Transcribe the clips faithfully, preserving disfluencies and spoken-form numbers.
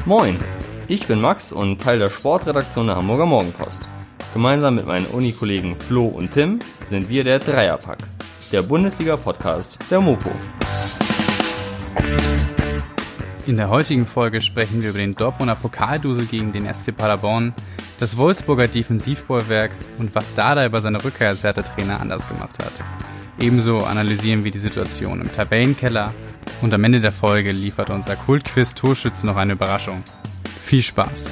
Moin, ich bin Max und Teil der Sportredaktion der Hamburger Morgenpost. Gemeinsam mit meinen Unikollegen Flo und Tim sind wir der Dreierpack, der Bundesliga-Podcast der Mopo. In der heutigen Folge sprechen wir über den Dortmunder Pokaldusel gegen den S C Paderborn, das Wolfsburger Defensivbollwerk und was Dardai bei seiner Rückkehr als Hertha-Trainer anders gemacht hat. Ebenso analysieren wir die Situation im Tabellenkeller und am Ende der Folge liefert unser Kultquiz Torschützen noch eine Überraschung. Viel Spaß!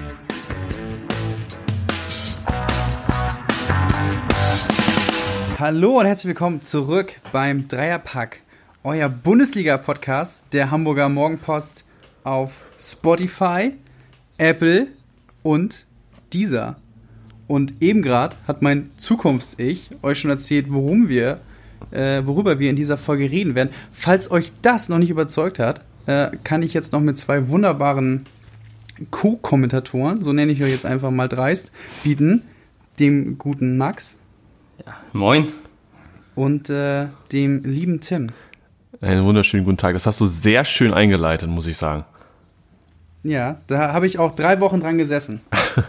Hallo und herzlich willkommen zurück beim Dreierpack, euer Bundesliga-Podcast der Hamburger Morgenpost auf Spotify, Apple und Deezer. Und eben gerade hat mein Zukunfts-Ich euch schon erzählt, worum wir, äh, worüber wir in dieser Folge reden werden. Falls euch das noch nicht überzeugt hat, äh, kann ich jetzt noch mit zwei wunderbaren Co-Kommentatoren, so nenne ich euch jetzt einfach mal dreist, bieten, dem guten Max. Ja, moin. Und äh, dem lieben Tim. Einen wunderschönen guten Tag. Das hast du sehr schön eingeleitet, muss ich sagen. Ja, da habe ich auch drei Wochen dran gesessen.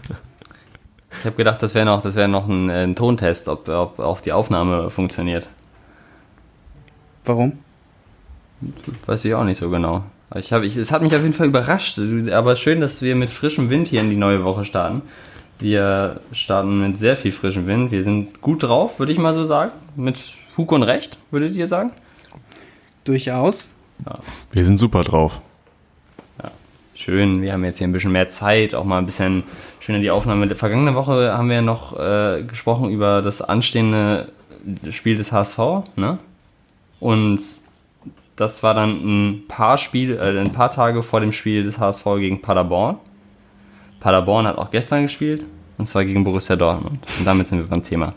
Ich habe gedacht, das wäre noch, das wär noch ein, ein Tontest, ob, ob auch die Aufnahme funktioniert. Warum? Weiß ich auch nicht so genau. Ich hab, ich, es hat mich auf jeden Fall überrascht. Aber schön, dass wir mit frischem Wind hier in die neue Woche starten. Wir starten mit sehr viel frischem Wind. Wir sind gut drauf, würde ich mal so sagen. Mit Fug und Recht, würdet ihr sagen? Durchaus. Ja. Wir sind super drauf. Ja, schön. Wir haben jetzt hier ein bisschen mehr Zeit, auch mal ein bisschen schöner die Aufnahme. Vergangene Woche haben wir noch äh, gesprochen über das anstehende Spiel des H S V, ne? Und das war dann ein paar Spiel, äh, ein paar Tage vor dem Spiel des H S V gegen Paderborn. Paderborn hat auch gestern gespielt, und zwar gegen Borussia Dortmund. Und damit sind wir beim Thema.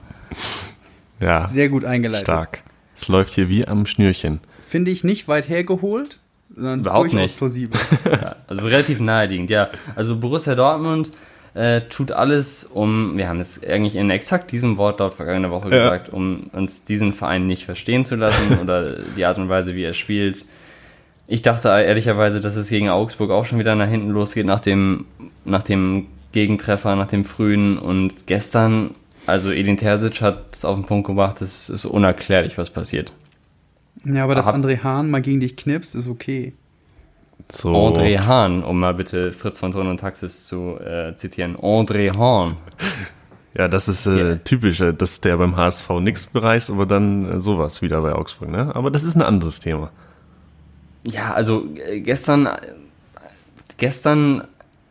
Ja, sehr gut eingeleitet. Stark. Es läuft hier wie am Schnürchen. Finde ich nicht weit hergeholt, sondern Überhaupt durchaus nicht. plausibel. Ja, also relativ naheliegend, ja. Also Borussia Dortmund äh, tut alles, um, wir haben es eigentlich in exakt diesem Wortlaut vergangene Woche Ja. gesagt, um uns diesen Verein nicht verstehen zu lassen oder die Art und Weise, wie er spielt. Ich dachte ehrlicherweise, dass es gegen Augsburg auch schon wieder nach hinten losgeht, nach dem, nach dem Gegentreffer, nach dem frühen. Und gestern, also Edin Terzic hat es auf den Punkt gebracht, es ist unerklärlich, was passiert. Ja, aber dass Hab- André Hahn mal gegen dich knipst, ist okay. So. André Hahn, um mal bitte Fritz von Thurn und Taxis zu äh, zitieren. André Hahn. Ja, das ist äh, Ja. typisch, äh, dass der beim H S V nichts bereist, aber dann äh, sowas wieder bei Augsburg, ne? Aber das ist ein anderes Thema. Ja, also äh, gestern, äh, gestern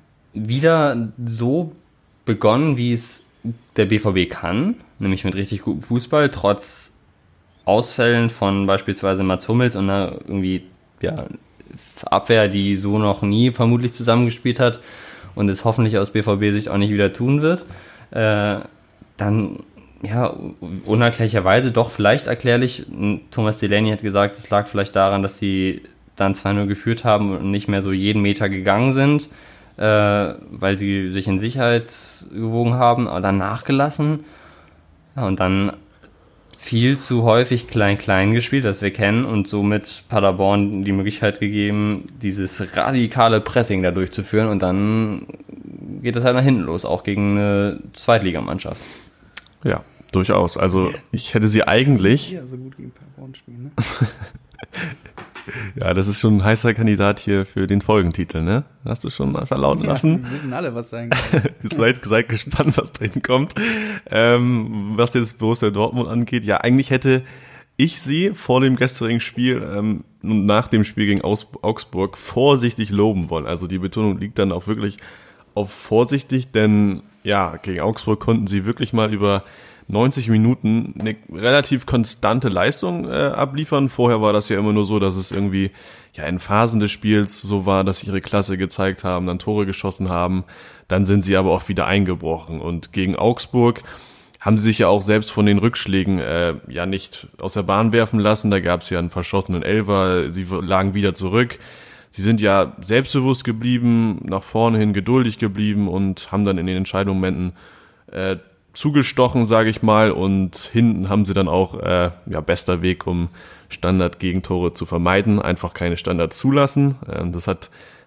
wieder so begonnen, wie es der B V B kann, nämlich mit richtig gutem Fußball, trotz Ausfällen von beispielsweise Mats Hummels und einer irgendwie ja, Abwehr, die so noch nie vermutlich zusammengespielt hat und es hoffentlich aus B V B-Sicht auch nicht wieder tun wird. Äh, dann, ja, unerklärlicherweise doch vielleicht erklärlich. Thomas Delaney hat gesagt, es lag vielleicht daran, dass sie dann zwei null geführt haben und nicht mehr so jeden Meter gegangen sind, äh, weil sie sich in Sicherheit gewogen haben, aber dann nachgelassen. Ja, und dann viel zu häufig klein-klein gespielt, das wir kennen, und somit Paderborn die Möglichkeit gegeben, dieses radikale Pressing da durchzuführen, und dann geht es halt nach hinten los, auch gegen eine Zweitligamannschaft. Ja, durchaus. Also ich hätte sie eigentlich, Ja, so gut gegen Paderborn spielen, ne? ja, das ist schon ein heißer Kandidat hier für den Folgentitel, ne? Hast du schon mal verlauten lassen? Ja, wir wissen alle, was sein kann. seid, seid gespannt, was drin kommt. Ähm, was jetzt Borussia Dortmund angeht, ja, eigentlich hätte ich sie vor dem gestrigen Spiel ähm, und nach dem Spiel gegen Aus- Augsburg vorsichtig loben wollen. Also die Betonung liegt dann auch wirklich auf vorsichtig, denn ja, gegen Augsburg konnten sie wirklich mal über neunzig Minuten eine relativ konstante Leistung äh, abliefern. Vorher war das ja immer nur so, dass es irgendwie ja in Phasen des Spiels so war, dass sie ihre Klasse gezeigt haben, dann Tore geschossen haben. Dann sind sie aber auch wieder eingebrochen. Und gegen Augsburg haben sie sich ja auch selbst von den Rückschlägen äh, ja nicht aus der Bahn werfen lassen. Da gab es ja einen verschossenen Elfer. Sie lagen wieder zurück. Sie sind ja selbstbewusst geblieben, nach vorne hin geduldig geblieben und haben dann in den Entscheidungsmomenten äh, zugestochen, sage ich mal, und hinten haben sie dann auch äh, ja bester Weg, um Standard-Gegentore zu vermeiden, einfach keine Standards zulassen. Ähm, das hat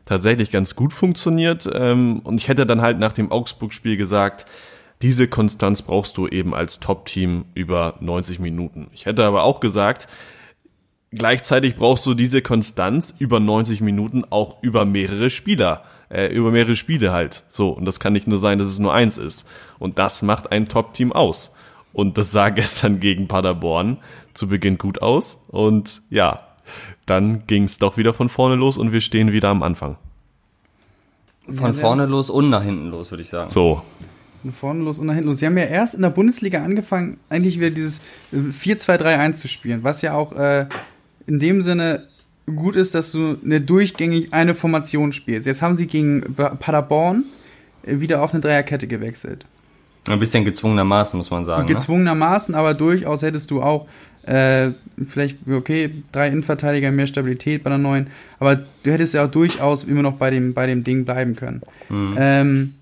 tatsächlich ganz gut funktioniert. Ähm, und ich hätte dann halt nach dem Augsburg-Spiel gesagt, diese Konstanz brauchst du eben als Top-Team über neunzig Minuten. Ich hätte aber auch gesagt, gleichzeitig brauchst du diese Konstanz über neunzig Minuten auch über mehrere Spieler, äh, über mehrere Spiele halt. So, und das kann nicht nur sein, dass es nur eins ist. Und das macht ein Top-Team aus. Und das sah gestern gegen Paderborn zu Beginn gut aus. Und ja, dann ging es doch wieder von vorne los und wir stehen wieder am Anfang. Von ja, vorne los und nach hinten los, würde ich sagen. So. Von vorne los und nach hinten los. Sie haben ja erst in der Bundesliga angefangen, eigentlich wieder dieses vier zwei drei eins zu spielen, was ja auch äh, in dem Sinne gut ist, dass du eine durchgängig eine Formation spielst. Jetzt haben sie gegen Paderborn wieder auf eine Dreierkette gewechselt. Ein bisschen gezwungenermaßen, muss man sagen. Gezwungenermaßen, ne? Aber durchaus hättest du auch äh, vielleicht, okay, drei Innenverteidiger, mehr Stabilität bei der neuen, aber du hättest ja auch durchaus immer noch bei dem, bei dem Ding bleiben können. Mhm. Ähm,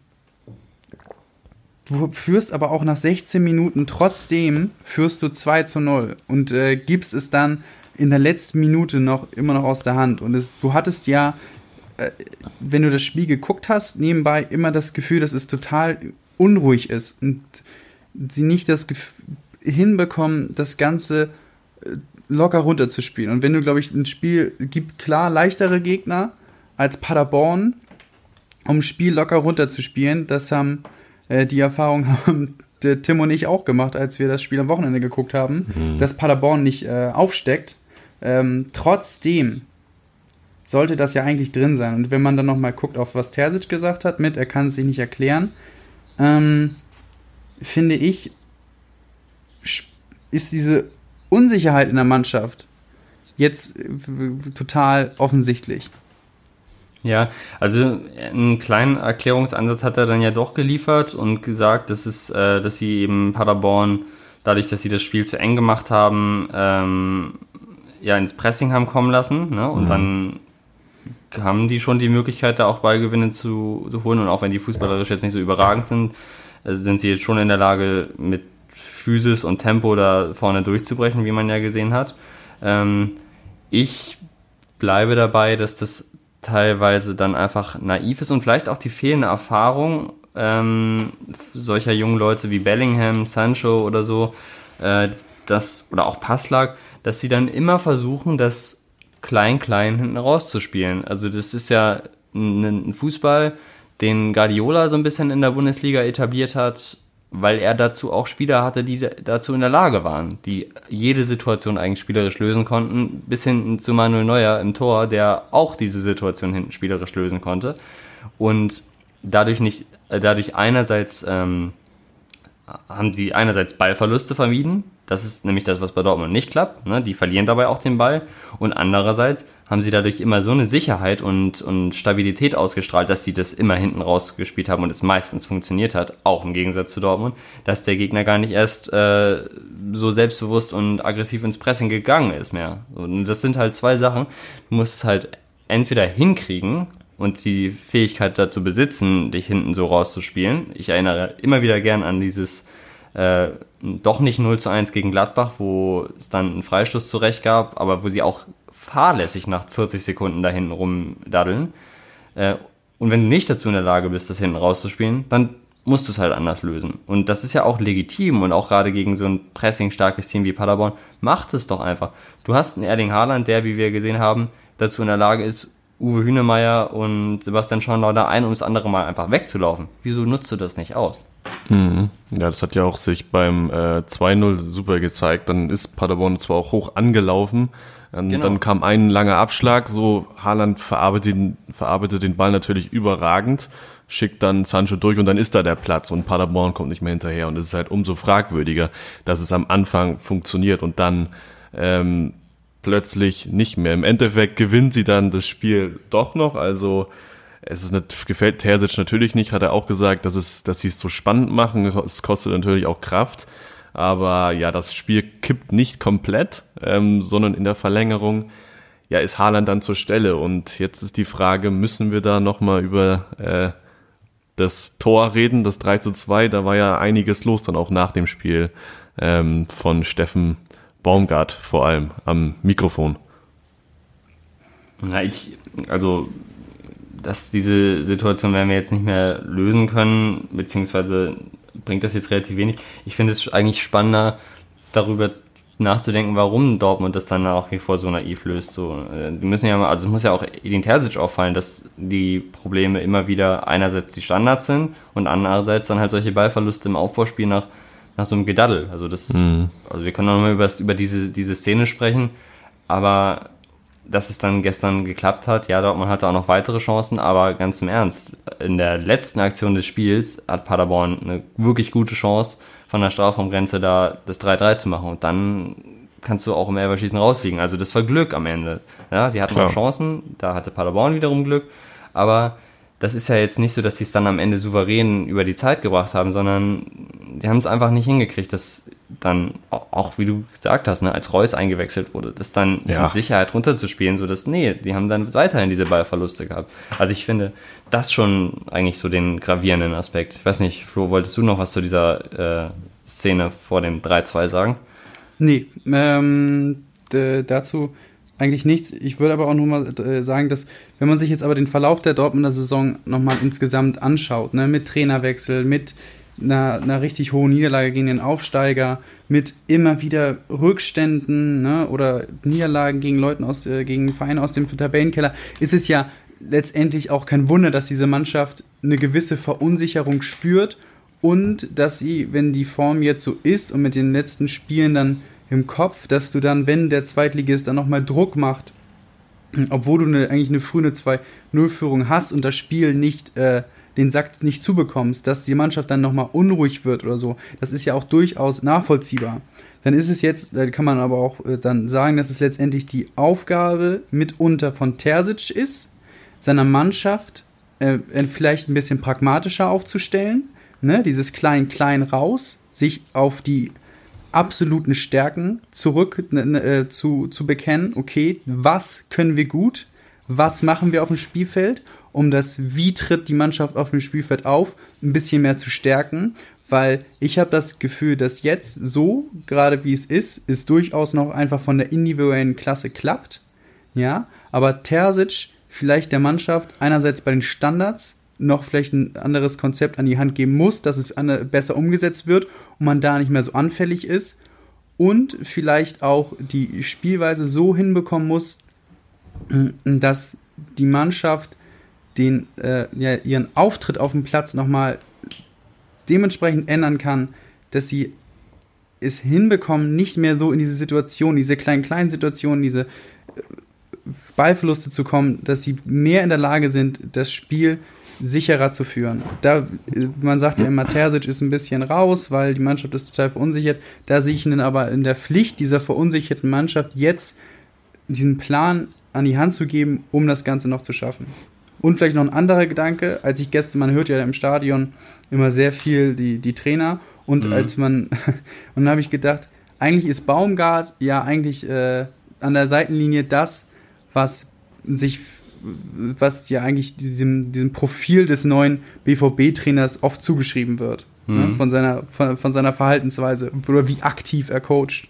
Du führst aber auch nach sechzehn Minuten, trotzdem führst du zwei zu null und äh, gibst es dann in der letzten Minute noch immer noch aus der Hand. Und es, du hattest ja, äh, wenn du das Spiel geguckt hast, nebenbei immer das Gefühl, dass es total unruhig ist und sie nicht das Gef- hinbekommen, das Ganze äh, locker runterzuspielen. Und wenn du, glaube ich, ein Spiel gibt, klar leichtere Gegner als Paderborn, um ein Spiel locker runterzuspielen, das haben die Erfahrung haben der Tim und ich auch gemacht, als wir das Spiel am Wochenende geguckt haben, mhm. dass Paderborn nicht äh, aufsteckt. Ähm, trotzdem sollte das ja eigentlich drin sein. Und wenn man dann nochmal guckt, auf was Terzic gesagt hat, mit, er kann es sich nicht erklären, ähm, finde ich, ist diese Unsicherheit in der Mannschaft jetzt äh, total offensichtlich. Ja, also einen kleinen Erklärungsansatz hat er dann ja doch geliefert und gesagt, dass es, äh, dass sie eben Paderborn, dadurch, dass sie das Spiel zu eng gemacht haben, ähm, ja ins Pressing haben kommen lassen, ne? Und mhm. dann haben die schon die Möglichkeit, da auch Ballgewinne zu, zu holen, und auch wenn die fußballerisch jetzt nicht so überragend sind, also sind sie jetzt schon in der Lage, mit Physis und Tempo da vorne durchzubrechen, wie man ja gesehen hat. Ähm, ich bleibe dabei, dass das teilweise dann einfach naiv ist und vielleicht auch die fehlende Erfahrung ähm, solcher jungen Leute wie Bellingham, Sancho oder so, äh, das, oder auch Passlack, dass sie dann immer versuchen, das klein-klein hinten rauszuspielen. Also das ist ja ein, ein Fußball, den Guardiola so ein bisschen in der Bundesliga etabliert hat, weil er dazu auch Spieler hatte, die dazu in der Lage waren, die jede Situation eigentlich spielerisch lösen konnten, bis hin zu Manuel Neuer im Tor, der auch diese Situation hinten spielerisch lösen konnte. Und dadurch nicht, dadurch einerseits ähm, haben sie einerseits Ballverluste vermieden, das ist nämlich das, was bei Dortmund nicht klappt, ne? Die verlieren dabei auch den Ball, und andererseits haben sie dadurch immer so eine Sicherheit und, und Stabilität ausgestrahlt, dass sie das immer hinten rausgespielt haben und es meistens funktioniert hat, auch im Gegensatz zu Dortmund, dass der Gegner gar nicht erst äh, so selbstbewusst und aggressiv ins Pressing gegangen ist mehr. Und das sind halt zwei Sachen, du musst es halt entweder hinkriegen und die Fähigkeit dazu besitzen, dich hinten so rauszuspielen. Ich erinnere immer wieder gern an dieses äh, doch nicht null zu eins gegen Gladbach, wo es dann einen Freistoß zurecht gab, aber wo sie auch fahrlässig nach vierzig Sekunden da hinten rumdaddeln. Äh, und wenn du nicht dazu in der Lage bist, das hinten rauszuspielen, dann musst du es halt anders lösen. Und das ist ja auch legitim, und auch gerade gegen so ein pressingstarkes Team wie Paderborn, macht es doch einfach. Du hast einen Erling Haaland, der, wie wir gesehen haben, dazu in der Lage ist, Uwe Hünemeyer und Sebastian Schonlauder ein und das andere Mal einfach wegzulaufen. Wieso nutzt du das nicht aus? Mhm. Ja, das hat ja auch sich beim äh, zwei null super gezeigt. Dann ist Paderborn zwar auch hoch angelaufen, und genau. Dann kam ein langer Abschlag, so Haaland verarbeitet den, verarbeitet den Ball natürlich überragend, schickt dann Sancho durch und dann ist da der Platz und Paderborn kommt nicht mehr hinterher, und es ist halt umso fragwürdiger, dass es am Anfang funktioniert und dann ähm, plötzlich nicht mehr. Im Endeffekt gewinnt sie dann das Spiel doch noch, also es ist nicht, gefällt Terzic natürlich nicht, hat er auch gesagt, dass es, dass sie es so spannend machen, es kostet natürlich auch Kraft, aber ja, das Spiel kippt nicht komplett, ähm, sondern in der Verlängerung, ja, ist Haaland dann zur Stelle, und jetzt ist die Frage, müssen wir da nochmal über äh, das Tor reden, das drei zu zwei, da war ja einiges los dann auch nach dem Spiel ähm, von Steffen Baumgart vor allem am Mikrofon. Na, ich, also dass diese Situation werden wir jetzt nicht mehr lösen können, beziehungsweise bringt das jetzt relativ wenig. Ich finde es eigentlich spannender, darüber nachzudenken, warum Dortmund das dann nach wie vor so naiv löst. So, die müssen ja mal, also es muss ja auch Edin Terzic auffallen, dass die Probleme immer wieder einerseits die Standards sind und andererseits dann halt solche Ballverluste im Aufbauspiel nach, nach so einem Gedaddel. Also das, mhm. also wir können auch nochmal über, über diese, diese Szene sprechen, aber dass es dann gestern geklappt hat, ja, Dortmund hatte auch noch weitere Chancen, aber ganz im Ernst, in der letzten Aktion des Spiels hat Paderborn eine wirklich gute Chance, von der Strafraumgrenze da das drei drei zu machen und dann kannst du auch im Elferschießen rausfliegen. Also das war Glück am Ende. Ja, sie hatten auch Chancen, da hatte Paderborn wiederum Glück, aber das ist ja jetzt nicht so, dass sie es dann am Ende souverän über die Zeit gebracht haben, sondern die haben es einfach nicht hingekriegt, dass dann, auch wie du gesagt hast, ne, als Reus eingewechselt wurde, das dann ja. mit Sicherheit runterzuspielen, so dass, nee, die haben dann weiterhin diese Ballverluste gehabt. Also ich finde das schon eigentlich so den gravierenden Aspekt. Ich weiß nicht, Flo, wolltest du noch was zu dieser äh, Szene vor dem drei zwei sagen? Nee, ähm, d- dazu eigentlich nichts. Ich würde aber auch nochmal äh, sagen, dass, wenn man sich jetzt aber den Verlauf der Dortmunder Saison nochmal insgesamt anschaut, ne, mit Trainerwechsel, mit einer, einer richtig hohen Niederlage gegen den Aufsteiger, mit immer wieder Rückständen, ne, oder Niederlagen gegen Leuten aus, äh, gegen Vereine aus dem Tabellenkeller, ist es ja letztendlich auch kein Wunder, dass diese Mannschaft eine gewisse Verunsicherung spürt und dass sie, wenn die Form jetzt so ist und mit den letzten Spielen dann im Kopf, dass du dann, wenn der Zweitligist dann nochmal Druck macht, obwohl du eine, eigentlich eine frühe zwei null Führung hast und das Spiel nicht, äh, den Sack nicht zubekommst, dass die Mannschaft dann nochmal unruhig wird oder so, das ist ja auch durchaus nachvollziehbar. Dann ist es jetzt, da kann man aber auch äh, dann sagen, dass es letztendlich die Aufgabe mitunter von Terzic ist, seiner Mannschaft äh, vielleicht ein bisschen pragmatischer aufzustellen, ne? Dieses Klein-Klein raus, sich auf die absoluten Stärken zurück äh, zu, zu bekennen, okay, was können wir gut, was machen wir auf dem Spielfeld, um das, wie tritt die Mannschaft auf dem Spielfeld auf, ein bisschen mehr zu stärken, weil ich habe das Gefühl, dass jetzt so, gerade wie es ist, es durchaus noch einfach von der individuellen Klasse klappt, ja, aber Terzic vielleicht der Mannschaft einerseits bei den Standards noch vielleicht ein anderes Konzept an die Hand geben muss, dass es besser umgesetzt wird und man da nicht mehr so anfällig ist und vielleicht auch die Spielweise so hinbekommen muss, dass die Mannschaft den, äh, ja, ihren Auftritt auf dem Platz nochmal dementsprechend ändern kann, dass sie es hinbekommen, nicht mehr so in diese Situation, diese kleinen, kleinen Situationen, diese Ballverluste zu kommen, dass sie mehr in der Lage sind, das Spiel sicherer zu führen. Da, man sagt ja immer, Terzic ist ein bisschen raus, weil die Mannschaft ist total verunsichert. Da sehe ich ihn aber in der Pflicht dieser verunsicherten Mannschaft, jetzt diesen Plan an die Hand zu geben, um das Ganze noch zu schaffen. Und vielleicht noch ein anderer Gedanke, als ich gestern, man hört ja im Stadion immer sehr viel die, die Trainer und mhm. als man, und dann habe ich gedacht, eigentlich ist Baumgart ja eigentlich äh, an der Seitenlinie das, was sich was ja eigentlich diesem, diesem Profil des neuen B V B-Trainers oft zugeschrieben wird. Mhm. Ne, von seiner, von, von seiner Verhaltensweise oder wie aktiv er coacht.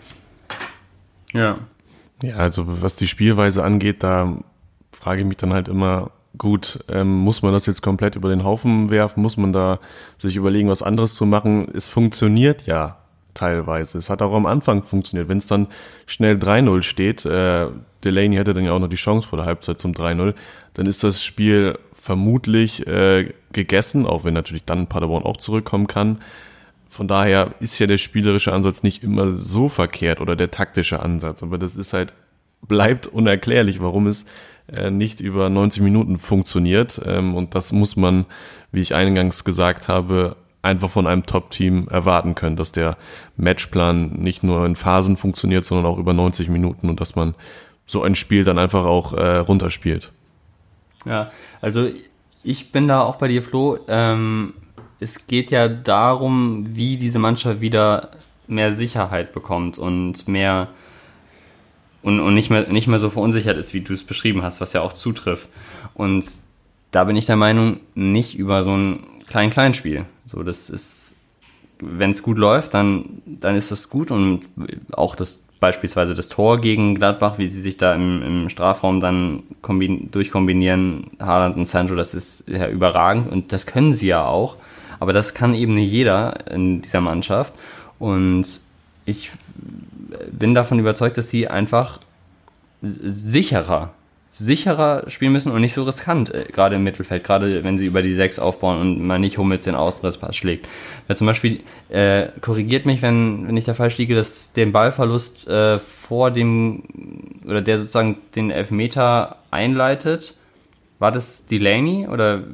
Ja. Ja, also was die Spielweise angeht, da frage ich mich dann halt immer, gut, ähm, muss man das jetzt komplett über den Haufen werfen? Muss man da sich überlegen, was anderes zu machen? Es funktioniert ja teilweise. Es hat auch am Anfang funktioniert. Wenn es dann schnell drei null steht, äh, Delaney hätte dann ja auch noch die Chance vor der Halbzeit zum drei null, dann ist das Spiel vermutlich äh, gegessen, auch wenn natürlich dann Paderborn auch zurückkommen kann. Von daher ist ja der spielerische Ansatz nicht immer so verkehrt oder der taktische Ansatz, aber das ist halt, bleibt unerklärlich, warum es äh, nicht über neunzig Minuten funktioniert, ähm, und das muss man, wie ich eingangs gesagt habe, einfach von einem Top-Team erwarten können, dass der Matchplan nicht nur in Phasen funktioniert, sondern auch über neunzig Minuten und dass man so ein Spiel dann einfach auch äh, runterspielt. Ja, also ich bin da auch bei dir, Flo. Ähm, es geht ja darum, wie diese Mannschaft wieder mehr Sicherheit bekommt und mehr und, und nicht mehr nicht mehr so verunsichert ist, wie du es beschrieben hast, was ja auch zutrifft. Und da bin ich der Meinung, nicht über so ein Klein-Klein-Spiel. So, das ist, wenn es gut läuft, dann, dann ist das gut und auch das beispielsweise das Tor gegen Gladbach, wie sie sich da im, im Strafraum dann kombin- durchkombinieren, Haaland und Sancho, das ist ja überragend und das können sie ja auch, aber das kann eben nicht jeder in dieser Mannschaft und ich bin davon überzeugt, dass sie einfach sicherer sicherer spielen müssen und nicht so riskant, äh, gerade im Mittelfeld, gerade wenn sie über die sechs aufbauen und man nicht Hummels den Außenrisspass schlägt. Weil zum Beispiel, äh, korrigiert mich, wenn, wenn ich da falsch liege, dass den Ballverlust äh, vor dem, oder der sozusagen den Elfmeter einleitet, war das Delaney oder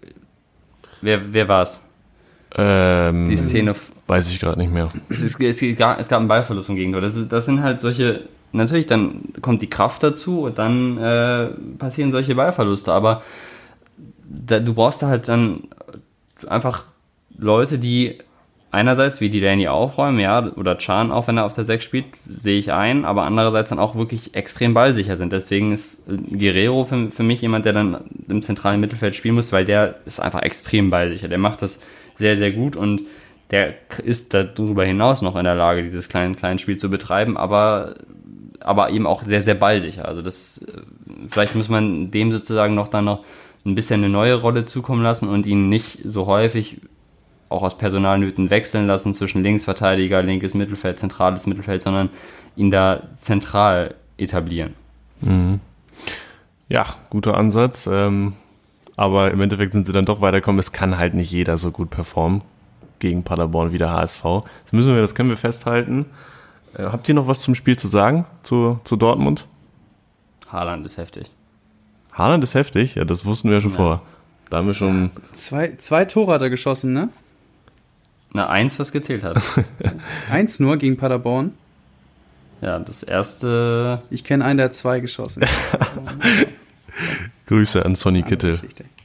wer, wer war es? Ähm, Die Szene. Weiß ich gerade nicht mehr. Es, ist, es, gab, es gab einen Ballverlust im Gegentor. Das, ist, das sind halt solche, natürlich, dann kommt die Kraft dazu und dann äh, passieren solche Ballverluste, aber da, du brauchst da halt dann einfach Leute, die einerseits wie die Delaney aufräumen, ja, oder Can auch, wenn er auf der sechs spielt, sehe ich ein, aber andererseits dann auch wirklich extrem ballsicher sind. Deswegen ist Guerrero für, für mich jemand, der dann im zentralen Mittelfeld spielen muss, weil der ist einfach extrem ballsicher. Der macht das sehr, sehr gut und der ist darüber hinaus noch in der Lage, dieses kleine, kleine Spiel zu betreiben, aber, aber eben auch sehr, sehr ballsicher. Also das, vielleicht muss man dem sozusagen noch dann noch ein bisschen eine neue Rolle zukommen lassen und ihn nicht so häufig auch aus Personalnöten wechseln lassen zwischen Linksverteidiger, linkes Mittelfeld, zentrales Mittelfeld, sondern ihn da zentral etablieren. Mhm. Ja, guter Ansatz. Ähm, aber im Endeffekt sind sie dann doch weitergekommen. Es kann halt nicht jeder so gut performen gegen Paderborn wie der H S V. Das müssen wir, das können wir festhalten. Äh, habt ihr noch was zum Spiel zu sagen, zu, zu Dortmund? Haaland ist heftig. Haaland ist heftig? Ja, das wussten wir ja schon ja. vorher. Da haben wir schon... Zwei, zwei Tore hat er geschossen, ne? Na, eins, was gezählt hat. Eins nur gegen Paderborn? Ja, das erste... Ich kenne einen, der hat zwei geschossen. Grüße an Sonny Kittel.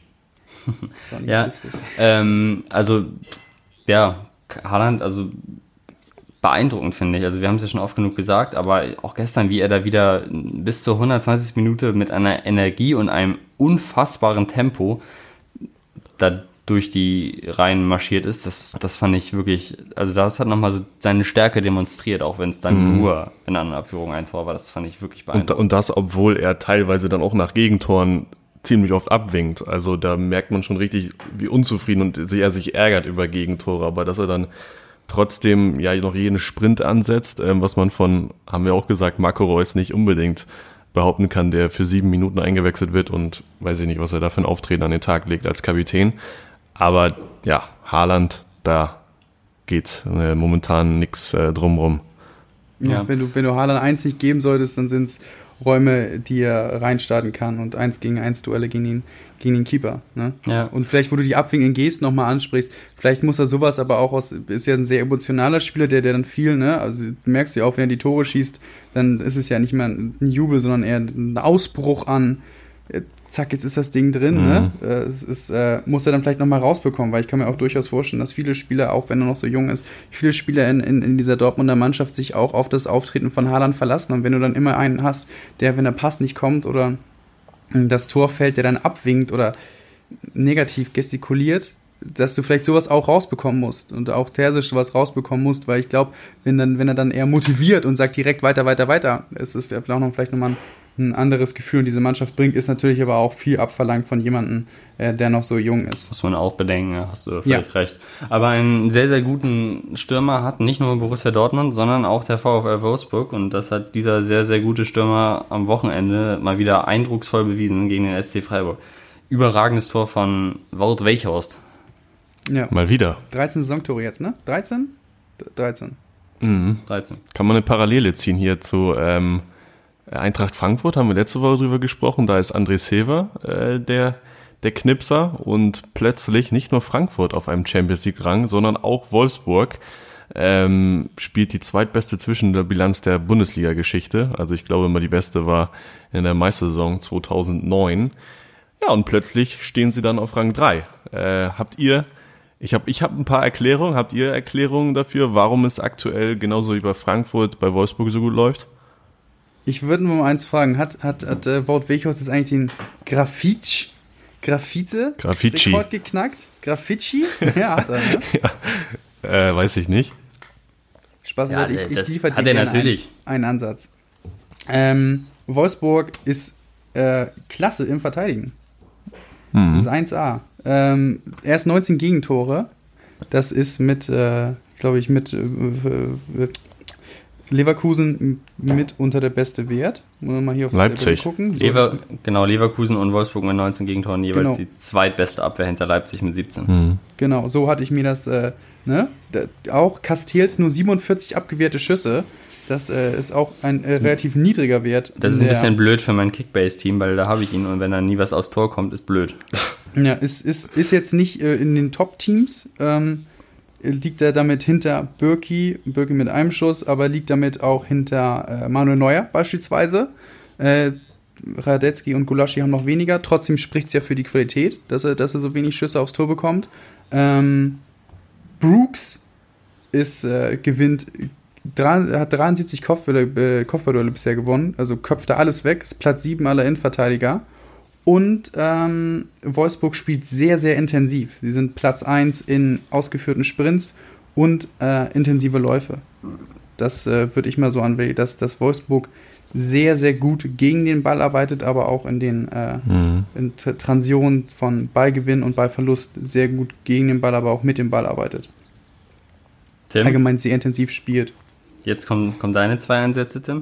Sonny, ja, ähm, also, ja, Haaland, also beeindruckend, finde ich. Also wir haben es ja schon oft genug gesagt, aber auch gestern, wie er da wieder bis zur hundertzwanzigsten Minute mit einer Energie und einem unfassbaren Tempo da durch die Reihen marschiert ist, das, das fand ich wirklich, also das hat nochmal so seine Stärke demonstriert, auch wenn es dann mhm. nur in einer Abführung ein Tor war, das fand ich wirklich beeindruckend. Und, und das, obwohl er teilweise dann auch nach Gegentoren ziemlich oft abwinkt, also da merkt man schon richtig, wie unzufrieden und er sich ärgert über Gegentore, aber dass er dann trotzdem ja noch jeden Sprint ansetzt, ähm, was man von, haben wir auch gesagt, Marco Reus nicht unbedingt behaupten kann, der für sieben Minuten eingewechselt wird und weiß ich nicht, was er da für ein Auftreten an den Tag legt als Kapitän. Aber ja, Haaland, da geht äh, momentan nichts äh, drumrum. Ja, ja, wenn du, wenn du Haaland eins nicht geben solltest, dann sind es Räume, die er reinstarten kann und eins gegen eins Duelle gegen den, gegen den Keeper. Ne? Ja. Und vielleicht, wo du die Abwinken gehst, nochmal ansprichst, vielleicht muss er sowas aber auch aus, ist ja ein sehr emotionaler Spieler, der, der dann viel, ne, also merkst du ja auch, wenn er die Tore schießt, dann ist es ja nicht mehr ein Jubel, sondern eher ein Ausbruch an, zack, jetzt ist das Ding drin, mhm. ne? Es ist, äh, muss er dann vielleicht nochmal rausbekommen, weil ich kann mir auch durchaus vorstellen, dass viele Spieler, auch wenn er noch so jung ist, viele Spieler in, in, in dieser Dortmunder Mannschaft sich auch auf das Auftreten von Haaland verlassen. Und wenn du dann immer einen hast, der, wenn der Pass nicht kommt oder das Tor fällt, der dann abwinkt oder negativ gestikuliert, dass du vielleicht sowas auch rausbekommen musst und auch Terzic sowas rausbekommen musst, weil ich glaube, wenn dann, wenn er dann eher motiviert und sagt direkt weiter, weiter, weiter, es ist ja vielleicht noch, vielleicht nochmal ein ein anderes Gefühl in diese Mannschaft bringt, ist natürlich aber auch viel abverlangt von jemandem, äh, der noch so jung ist. Muss man auch bedenken, hast du völlig ja. recht. Aber einen sehr, sehr guten Stürmer hat nicht nur Borussia Dortmund, sondern auch der VfL Wolfsburg und das hat dieser sehr, sehr gute Stürmer am Wochenende mal wieder eindrucksvoll bewiesen gegen den S C Freiburg. Überragendes Tor von Wout Weghorst. Ja. Mal wieder. dreizehn Saisontore jetzt, ne? dreizehn? dreizehn. Mhm. dreizehn. Kann man eine Parallele ziehen hier zu ähm Eintracht Frankfurt, haben wir letzte Woche drüber gesprochen, da ist André Silva äh, der, der Knipser und plötzlich nicht nur Frankfurt auf einem Champions-League-Rang, sondern auch Wolfsburg ähm, spielt die zweitbeste Zwischenbilanz der Bundesliga-Geschichte, also ich glaube immer die beste war in der Meistersaison zweitausendneun. Ja, und plötzlich stehen sie dann auf Rang drei. Äh, habt ihr, ich habe ich hab ein paar Erklärungen, habt ihr Erklärungen dafür, warum es aktuell genauso wie bei Frankfurt bei Wolfsburg so gut läuft? Ich würde nur mal eins fragen, hat, hat, hat äh, Wout Weghorst jetzt eigentlich den Grafitsch, Graffite Graffiti. Rekord geknackt? Graffici? Ja, hat er, ne? Ja, äh, weiß ich nicht. Spaß Ja, beiseite, ich, das ich liefere hat dir er gerne natürlich. Einen, einen Ansatz. Ähm, Wolfsburg ist äh, klasse im Verteidigen. Mhm. Das ist eins A. Ähm, erst neunzehn Gegentore. Das ist mit, äh, glaube ich, mit äh, äh, Leverkusen mit unter der beste Wert. Wollen wir mal hier auf Leipzig. gucken. So, Lever, genau, Leverkusen und Wolfsburg mit neunzehn Gegentoren, jeweils Genau. die zweitbeste Abwehr hinter Leipzig mit siebzehn. Mhm. Genau, so hatte ich mir das, äh, ne? Da, auch Castells nur siebenundvierzig abgewehrte Schüsse. Das äh, ist auch ein äh, relativ niedriger Wert. Das ist ein bisschen blöd für mein Kickbase-Team, weil da habe ich ihn und wenn dann nie was aufs Tor kommt, ist blöd. Ja, ist, ist, ist jetzt nicht äh, in den Top-Teams. Ähm, liegt er damit hinter Birki, Birki mit einem Schuss, aber liegt damit auch hinter äh, Manuel Neuer beispielsweise. Äh, Radetzky und Gulaschi haben noch weniger. Trotzdem spricht es ja für die Qualität, dass er, dass er so wenig Schüsse aufs Tor bekommt. Ähm, Brooks ist, äh, gewinnt, drei, hat dreiundsiebzig Kopfbälle, äh, Kopfballduelle bisher gewonnen, also köpft er alles weg, ist Platz sieben aller Innenverteidiger. Und ähm, Wolfsburg spielt sehr, sehr intensiv. Sie sind Platz eins in ausgeführten Sprints und äh, intensive Läufe. Das äh, würde ich mal so anwählen, dass, dass Wolfsburg sehr, sehr gut gegen den Ball arbeitet, aber auch in den äh, Mhm. in T- Transitionen von Ballgewinn und Ballverlust sehr gut gegen den Ball, aber auch mit dem Ball arbeitet. Tim, Allgemein sehr intensiv spielt. jetzt kommen, kommen deine zwei Einsätze, Tim.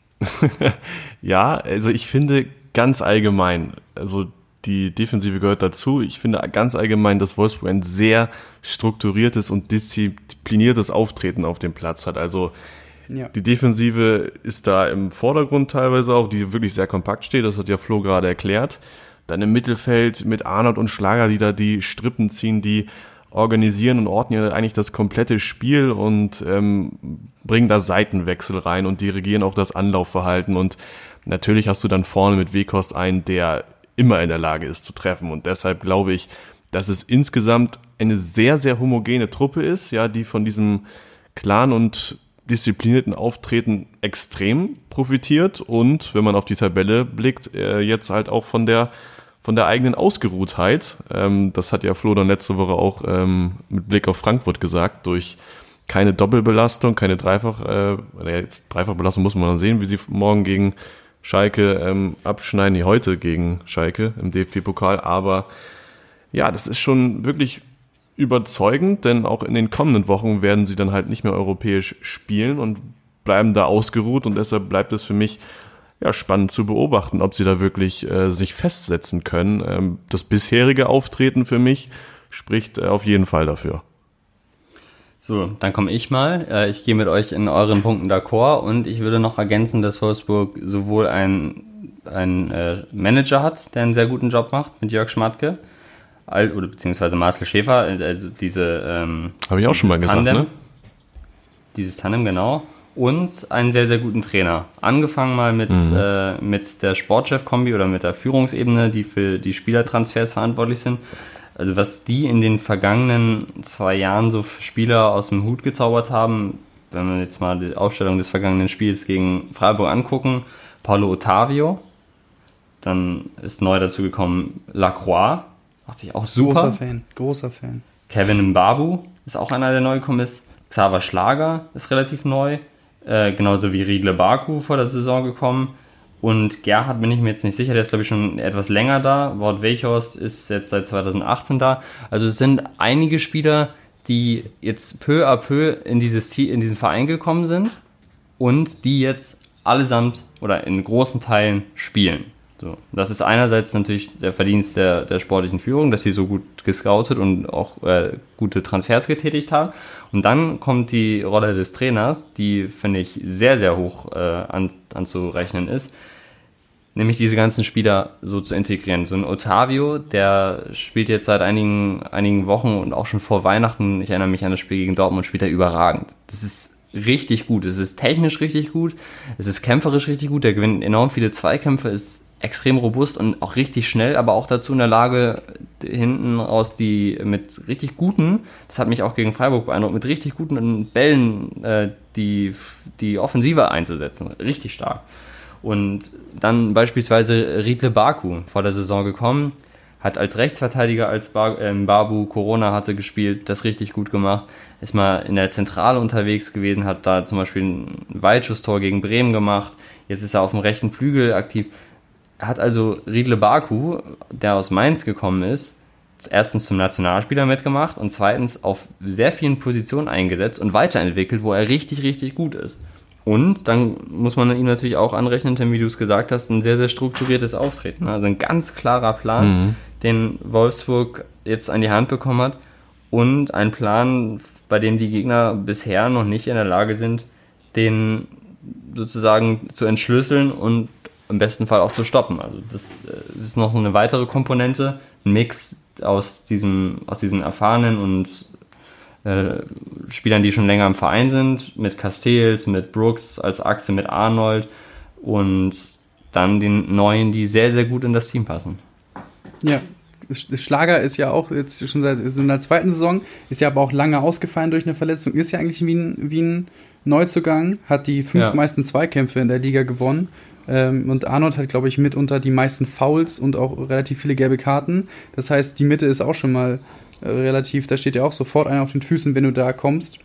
Ja, also ich finde ganz allgemein, also die Defensive gehört dazu. Ich finde ganz allgemein, dass Wolfsburg ein sehr strukturiertes und diszipliniertes Auftreten auf dem Platz hat. Also Ja. die Defensive ist da im Vordergrund teilweise auch, die wirklich sehr kompakt steht. Das hat ja Flo gerade erklärt. Dann im Mittelfeld mit Arnold und Schlager, die da die Strippen ziehen, die organisieren und ordnen ja eigentlich das komplette Spiel und ähm, bringen da Seitenwechsel rein und dirigieren auch das Anlaufverhalten. Und natürlich hast du dann vorne mit Weghorst einen, der immer in der Lage ist zu treffen. Und deshalb glaube ich, dass es insgesamt eine sehr, sehr homogene Truppe ist, ja, die von diesem klaren und disziplinierten Auftreten extrem profitiert und, wenn man auf die Tabelle blickt, äh, jetzt halt auch von der von der eigenen Ausgeruhtheit. Ähm, das hat ja Flo dann letzte Woche auch ähm, mit Blick auf Frankfurt gesagt, durch keine Doppelbelastung, keine Dreifach, äh, jetzt Dreifachbelastung muss man dann sehen, wie sie morgen gegen Schalke ähm, abschneiden, die heute gegen Schalke im D F B-Pokal, aber ja, das ist schon wirklich überzeugend, denn auch in den kommenden Wochen werden sie dann halt nicht mehr europäisch spielen und bleiben da ausgeruht und deshalb bleibt es für mich ja spannend zu beobachten, ob sie da wirklich äh, sich festsetzen können. Ähm, das bisherige Auftreten für mich spricht äh, auf jeden Fall dafür. So, dann komme ich mal. Äh, Ich gehe mit euch in euren Punkten d'accord und ich würde noch ergänzen, dass Wolfsburg sowohl einen, einen äh, Manager hat, der einen sehr guten Job macht mit Jörg Schmatke, al- oder beziehungsweise Marcel Schäfer, also diese ähm, Habe ich auch schon mal gesagt, Tandem, ne? Dieses Tandem, genau. Und einen sehr, sehr guten Trainer. Angefangen mal mit, Mhm. äh, mit der Sportchef-Kombi oder mit der Führungsebene, die für die Spielertransfers verantwortlich sind. Also was die in den vergangenen zwei Jahren so für Spieler aus dem Hut gezaubert haben, wenn wir jetzt mal die Aufstellung des vergangenen Spiels gegen Freiburg angucken, Paulo Ottavio, dann ist neu dazu gekommen Lacroix, macht sich auch super. Großer Fan, großer Fan. Kevin Mbabu ist auch einer, der neu gekommen ist. Xaver Schlager ist relativ neu. Äh, genauso wie Riedle Baku vor der Saison gekommen. Und Gerhard bin ich mir jetzt nicht sicher, der ist glaube ich schon etwas länger da. Wout Weghorst ist jetzt seit zweitausendachtzehn da. Also es sind einige Spieler, die jetzt peu à peu in, dieses, Te- in diesen Verein gekommen sind und die jetzt allesamt oder in großen Teilen spielen. So, das ist einerseits natürlich der Verdienst der, der sportlichen Führung, dass sie so gut gescoutet und auch äh, gute Transfers getätigt haben. Und dann kommt die Rolle des Trainers, die, finde ich, sehr, sehr hoch äh, an, anzurechnen ist, nämlich diese ganzen Spieler so zu integrieren. So ein Ottavio, der spielt jetzt seit einigen, einigen Wochen und auch schon vor Weihnachten, ich erinnere mich an das Spiel gegen Dortmund, spielt er überragend. Das ist richtig gut, es ist technisch richtig gut, es ist kämpferisch richtig gut, der gewinnt enorm viele Zweikämpfe, ist extrem robust und auch richtig schnell, aber auch dazu in der Lage, hinten raus die mit richtig guten, das hat mich auch gegen Freiburg beeindruckt, mit richtig guten Bällen äh, die, die Offensive einzusetzen. Richtig stark. Und dann beispielsweise Riedle Baku vor der Saison gekommen, hat als Rechtsverteidiger, als Bar, äh, Babu Corona hatte gespielt, das richtig gut gemacht, ist mal in der Zentrale unterwegs gewesen, hat da zum Beispiel ein Weitschusstor gegen Bremen gemacht, jetzt ist er auf dem rechten Flügel aktiv. Hat also Riedle Baku, der aus Mainz gekommen ist, erstens zum Nationalspieler mitgemacht und zweitens auf sehr vielen Positionen eingesetzt und weiterentwickelt, wo er richtig, richtig gut ist. Und dann muss man ihm natürlich auch anrechnen, Tim, wie du es gesagt hast, ein sehr, sehr strukturiertes Auftreten. Also ein ganz klarer Plan, mhm. den Wolfsburg jetzt an die Hand bekommen hat und ein Plan, bei dem die Gegner bisher noch nicht in der Lage sind, den sozusagen zu entschlüsseln und im besten Fall auch zu stoppen. Also das, das ist noch eine weitere Komponente, ein Mix aus diesem, aus diesen erfahrenen und äh, Spielern, die schon länger im Verein sind, mit Castells, mit Brooks als Achse, mit Arnold und dann den Neuen, die sehr, sehr gut in das Team passen. Ja, Schlager ist ja auch jetzt schon seit ist in der zweiten Saison, ist ja aber auch lange ausgefallen durch eine Verletzung, ist ja eigentlich wie ein, wie ein Neuzugang, hat die fünf ja. meisten Zweikämpfe in der Liga gewonnen. Ähm, und Arnold hat, glaube ich, mitunter die meisten Fouls und auch relativ viele gelbe Karten. Das heißt, die Mitte ist auch schon mal äh, relativ, da steht ja auch sofort einer auf den Füßen, wenn du da kommst.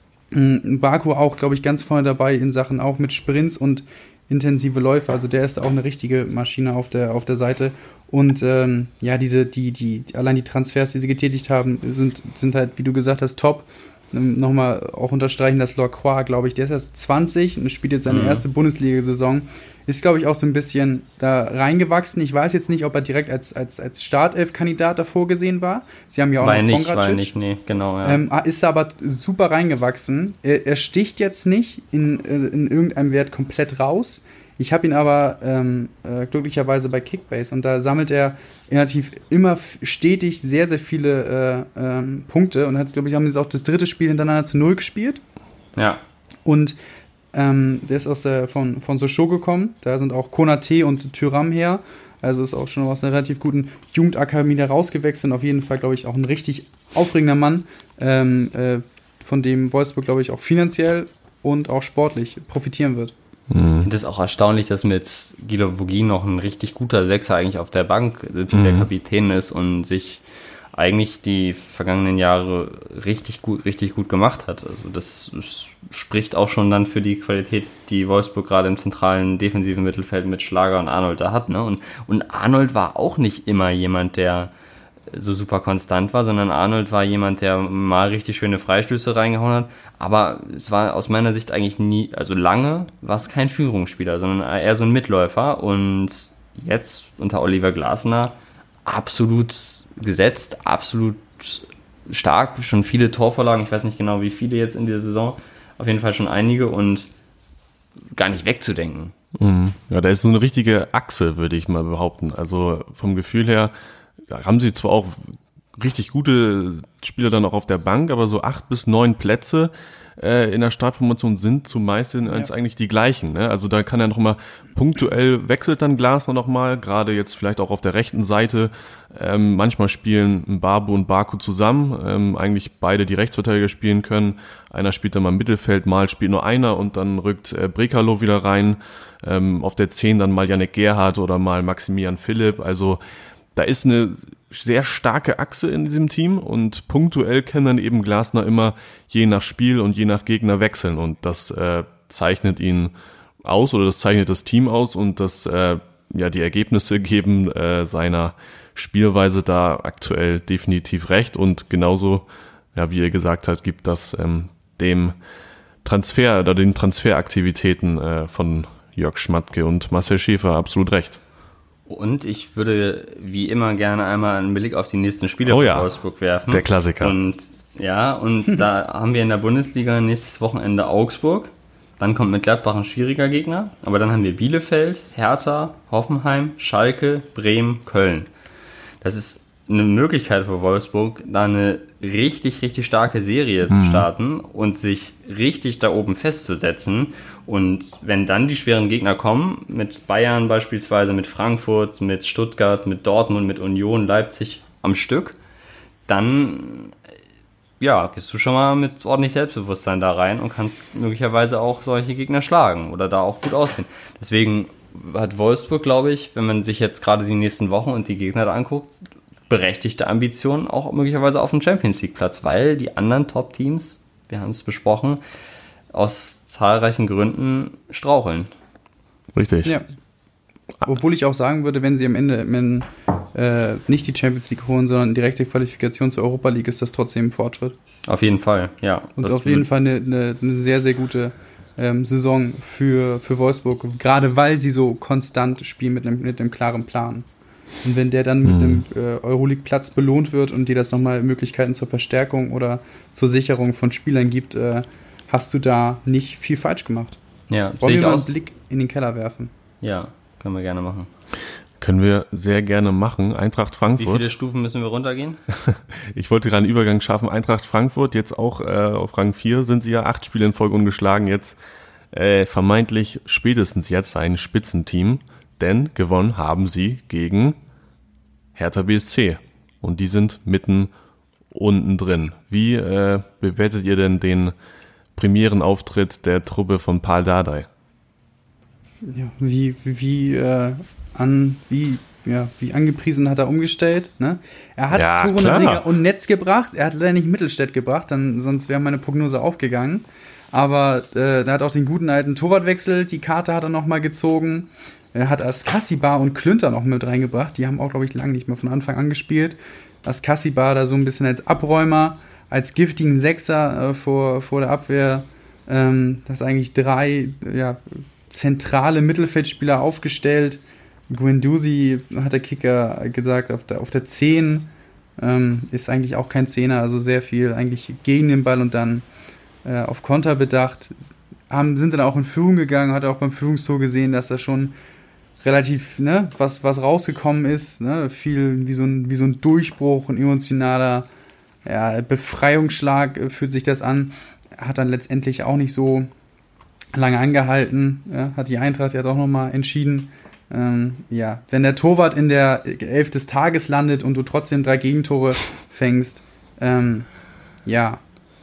Ähm, Baku auch, glaube ich, ganz vorne dabei in Sachen auch mit Sprints und intensive Läufe. Also der ist auch eine richtige Maschine auf der, auf der Seite. Und ähm, ja, diese, die, die, allein die Transfers, die sie getätigt haben, sind, sind halt, wie du gesagt hast, top. Nochmal auch unterstreichen, dass Lacroix, glaube ich, der ist erst zwanzig und spielt jetzt seine mhm. erste Bundesliga-Saison. Ist, glaube ich, auch so ein bisschen da reingewachsen. Ich weiß jetzt nicht, ob er direkt als, als, als Startelf-Kandidat davor gesehen war. Sie haben ja auch war noch nicht, war nicht, nee, genau, ja. Ähm, ist aber super reingewachsen. Er, er sticht jetzt nicht in, in irgendeinem Wert komplett raus. Ich habe ihn aber ähm, äh, glücklicherweise bei Kickbase und da sammelt er relativ immer stetig sehr, sehr viele äh, ähm, Punkte und hat, glaube ich, haben jetzt auch das dritte Spiel hintereinander zu null gespielt. Ja. Und ähm, der ist aus der, von, von Sochaux gekommen. Da sind auch Konaté und Thuram her. Also ist auch schon aus einer relativ guten Jugendakademie da rausgewechselt und auf jeden Fall, glaube ich, auch ein richtig aufregender Mann, ähm, äh, von dem Wolfsburg, glaube ich, auch finanziell und auch sportlich profitieren wird. Ich finde es auch erstaunlich, dass mit Guido Vogin noch ein richtig guter Sechser eigentlich auf der Bank sitzt, mhm. der Kapitän ist und sich eigentlich die vergangenen Jahre richtig gut, richtig gut gemacht hat. Also das spricht auch schon dann für die Qualität, die Wolfsburg gerade im zentralen defensiven Mittelfeld mit Schlager und Arnold da hat. Ne? Und, und Arnold war auch nicht immer jemand, der so super konstant war, sondern Arnold war jemand, der mal richtig schöne Freistöße reingehauen hat, aber es war aus meiner Sicht eigentlich nie, also lange war es kein Führungsspieler, sondern eher so ein Mitläufer und jetzt unter Oliver Glasner absolut gesetzt, absolut stark, schon viele Torvorlagen, ich weiß nicht genau wie viele jetzt in dieser Saison, auf jeden Fall schon einige und gar nicht wegzudenken. Mhm. Ja, da ist so eine richtige Achse, würde ich mal behaupten, also vom Gefühl her haben sie zwar auch richtig gute Spieler dann auch auf der Bank, aber so acht bis neun Plätze äh, in der Startformation sind zumeist ja. eigentlich die gleichen. Ne? Also da kann er noch mal punktuell wechselt dann Glasner noch mal, gerade jetzt vielleicht auch auf der rechten Seite. Ähm, manchmal spielen Babu und Baku zusammen, ähm, eigentlich beide die Rechtsverteidiger spielen können. Einer spielt dann mal im Mittelfeld, mal spielt nur einer und dann rückt äh, Brekalo wieder rein. Ähm, auf der zehn dann mal Yannick Gerhardt oder mal Maximilian Philipp. Also da ist eine sehr starke Achse in diesem Team und punktuell kann dann eben Glasner immer je nach Spiel und je nach Gegner wechseln und das äh, zeichnet ihn aus oder das zeichnet das Team aus und das äh, ja die Ergebnisse geben äh, seiner Spielweise da aktuell definitiv recht und genauso, ja wie ihr gesagt habt, gibt das ähm, dem Transfer oder den Transferaktivitäten äh, von Jörg Schmatke und Marcel Schäfer absolut recht. Und ich würde wie immer gerne einmal einen Blick auf die nächsten Spiele oh von ja, Wolfsburg werfen. Der Klassiker. Und ja, und da haben wir in der Bundesliga nächstes Wochenende Augsburg. Dann kommt mit Gladbach ein schwieriger Gegner. Aber dann haben wir Bielefeld, Hertha, Hoffenheim, Schalke, Bremen, Köln. Das ist eine Möglichkeit für Wolfsburg, da eine richtig, richtig starke Serie mhm. zu starten und sich richtig da oben festzusetzen. Und wenn dann die schweren Gegner kommen, mit Bayern beispielsweise, mit Frankfurt, mit Stuttgart, mit Dortmund, mit Union, Leipzig am Stück, dann ja, gehst du schon mal mit ordentlich Selbstbewusstsein da rein und kannst möglicherweise auch solche Gegner schlagen oder da auch gut aussehen. Deswegen hat Wolfsburg, glaube ich, wenn man sich jetzt gerade die nächsten Wochen und die Gegner da anguckt, berechtigte Ambitionen auch möglicherweise auf den Champions-League-Platz, weil die anderen Top-Teams, wir haben es besprochen, aus zahlreichen Gründen straucheln. Richtig. Ja. Obwohl ich auch sagen würde, wenn sie am Ende wenn, äh, nicht die Champions League holen, sondern direkte Qualifikation zur Europa League, ist das trotzdem ein Fortschritt. Auf jeden Fall, ja. Und auf jeden Fall eine, eine, eine sehr, sehr gute ähm, Saison für, für Wolfsburg, gerade weil sie so konstant spielen mit einem, mit einem klaren Plan. Und wenn der dann mit mhm. einem äh, Euroleague-Platz belohnt wird und dir das nochmal Möglichkeiten zur Verstärkung oder zur Sicherung von Spielern gibt, äh, hast du da nicht viel falsch gemacht. Ja, wollen wir ich mal auch. einen Blick in den Keller werfen? Ja, können wir gerne machen. Können wir sehr gerne machen. Eintracht Frankfurt. Wie viele Stufen müssen wir runtergehen? Ich wollte gerade einen Übergang schaffen. Eintracht Frankfurt, jetzt auch äh, auf Rang vier sind sie ja, acht Spiele in Folge ungeschlagen. Jetzt äh, vermeintlich spätestens jetzt ein Spitzenteam, denn gewonnen haben sie gegen Hertha B S C. Und die sind mitten unten drin. Wie äh, bewertet ihr denn den Premierenauftritt der Truppe von Pal Dardai? Ja, wie, wie, äh, an, wie, ja, wie angepriesen hat er umgestellt. Ne? Er hat Ja, Torunariga klar. und Netz gebracht, er hat leider nicht Mittelstädt gebracht, dann, sonst wäre meine Prognose aufgegangen. Aber äh, er hat auch den guten alten Torwartwechsel, die Karte hat er nochmal gezogen. Er hat Askasibar und Klünter noch mit reingebracht, die haben auch, glaube ich, lange nicht mehr von Anfang an gespielt. Askasibar da so ein bisschen als Abräumer, als giftigen Sechser äh, vor, vor der Abwehr. Ähm, das eigentlich drei, ja, zentrale Mittelfeldspieler aufgestellt. Guendouzi, hat der Kicker gesagt, auf der, auf der zehn ähm, ist eigentlich auch kein Zehner, also sehr viel eigentlich gegen den Ball und dann äh, auf Konter bedacht. Haben, sind dann auch in Führung gegangen, hat auch beim Führungstor gesehen, dass da schon relativ, ne, was, was rausgekommen ist, ne, viel wie so ein, wie so ein Durchbruch, ein emotionaler ja, Befreiungsschlag äh, fühlt sich das an. Hat dann letztendlich auch nicht so lange angehalten, ja, hat die Eintracht ja doch nochmal entschieden. Ähm, ja, wenn der Torwart in der Elf des Tages landet und du trotzdem drei Gegentore fängst, ähm, ja,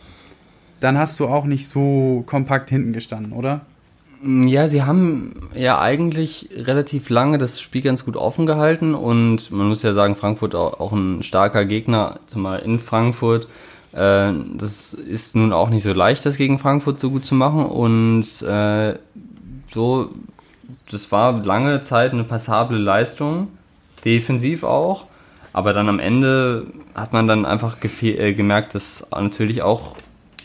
dann hast du auch nicht so kompakt hinten gestanden, oder? Ja, sie haben ja eigentlich relativ lange das Spiel ganz gut offen gehalten und man muss ja sagen, Frankfurt auch, auch ein starker Gegner, zumal in Frankfurt. Äh, das ist nun auch nicht so leicht, das gegen Frankfurt so gut zu machen und äh, so, das war lange Zeit eine passable Leistung, defensiv auch, aber dann am Ende hat man dann einfach gefe- äh, gemerkt, dass natürlich auch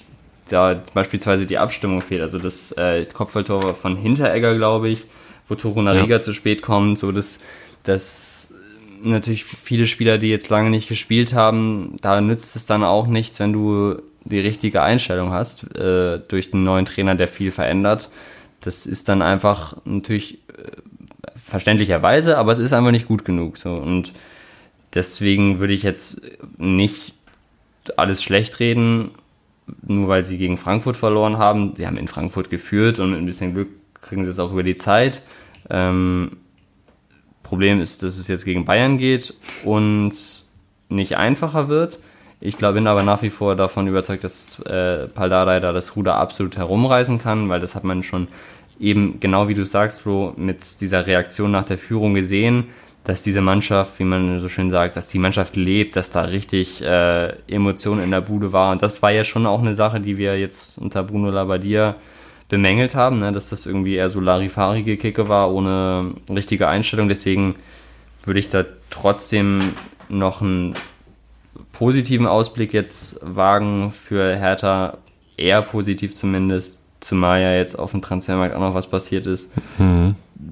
da beispielsweise die Abstimmung fehlt, also das äh, Kopfballtor von Hinteregger, glaube ich, wo Torunariga ja. zu spät kommt, so dass das natürlich viele Spieler, die jetzt lange nicht gespielt haben, da nützt es dann auch nichts, wenn du die richtige Einstellung hast, äh, durch den neuen Trainer, der viel verändert. Das ist dann einfach natürlich äh, verständlicherweise, aber es ist einfach nicht gut genug, so, und deswegen würde ich jetzt nicht alles schlecht reden, nur weil sie gegen Frankfurt verloren haben. Sie haben in Frankfurt geführt und mit ein bisschen Glück kriegen sie es auch über die Zeit. Ähm, Problem ist, dass es jetzt gegen Bayern geht und nicht einfacher wird. Ich glaube, bin aber nach wie vor davon überzeugt, dass äh, Pal Dardai da das Ruder absolut herumreißen kann, weil das hat man schon eben, genau wie du sagst, Bro, mit dieser Reaktion nach der Führung gesehen, dass diese Mannschaft, wie man so schön sagt, dass die Mannschaft lebt, dass da richtig äh, Emotionen in der Bude war. Und das war ja schon auch eine Sache, die wir jetzt unter Bruno Labbadia bemängelt haben, ne? Dass das irgendwie eher so larifarige Kicke war, ohne richtige Einstellung. Deswegen würde ich da trotzdem noch einen positiven Ausblick jetzt wagen für Hertha, eher positiv zumindest, zumal ja jetzt auf dem Transfermarkt auch noch was passiert ist. Mhm.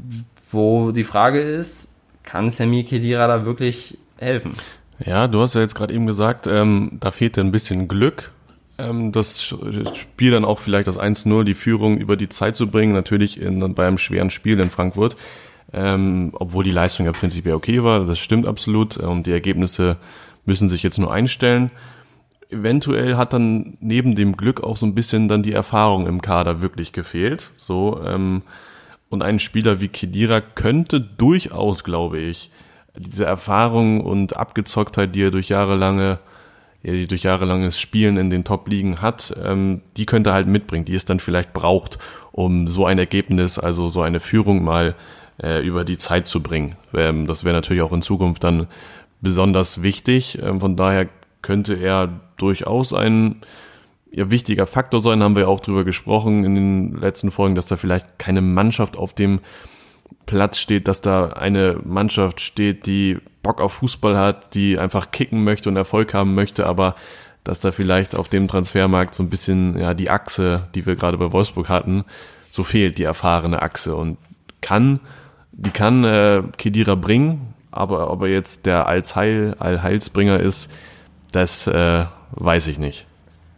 Wo die Frage ist, kann Sami Khedira da wirklich helfen? Ja, du hast ja jetzt gerade eben gesagt, ähm, da fehlt ein bisschen Glück, ähm, das Spiel dann auch vielleicht das eins null, die Führung über die Zeit zu bringen, natürlich in, bei einem schweren Spiel in Frankfurt, ähm, obwohl die Leistung ja prinzipiell okay war, das stimmt absolut, und die Ergebnisse müssen sich jetzt nur einstellen. Eventuell hat dann neben dem Glück auch so ein bisschen dann die Erfahrung im Kader wirklich gefehlt, so, ähm, und ein Spieler wie Khedira könnte durchaus, glaube ich, diese Erfahrung und Abgezocktheit, die er durch jahrelange, ja, die durch jahrelanges Spielen in den Top-Ligen hat, ähm, die könnte er halt mitbringen, die es dann vielleicht braucht, um so ein Ergebnis, also so eine Führung mal äh, über die Zeit zu bringen. Ähm, das wäre natürlich auch in Zukunft dann besonders wichtig. Ähm, von daher könnte er durchaus ein ja, wichtiger Faktor sein, haben wir auch drüber gesprochen in den letzten Folgen, dass da vielleicht keine Mannschaft auf dem Platz steht, dass da eine Mannschaft steht, die Bock auf Fußball hat, die einfach kicken möchte und Erfolg haben möchte, aber dass da vielleicht auf dem Transfermarkt so ein bisschen ja die Achse, die wir gerade bei Wolfsburg hatten, so fehlt, die erfahrene Achse und kann, die kann äh, Khedira bringen, aber ob er jetzt der Allheil, Allheilsbringer ist, das äh, weiß ich nicht.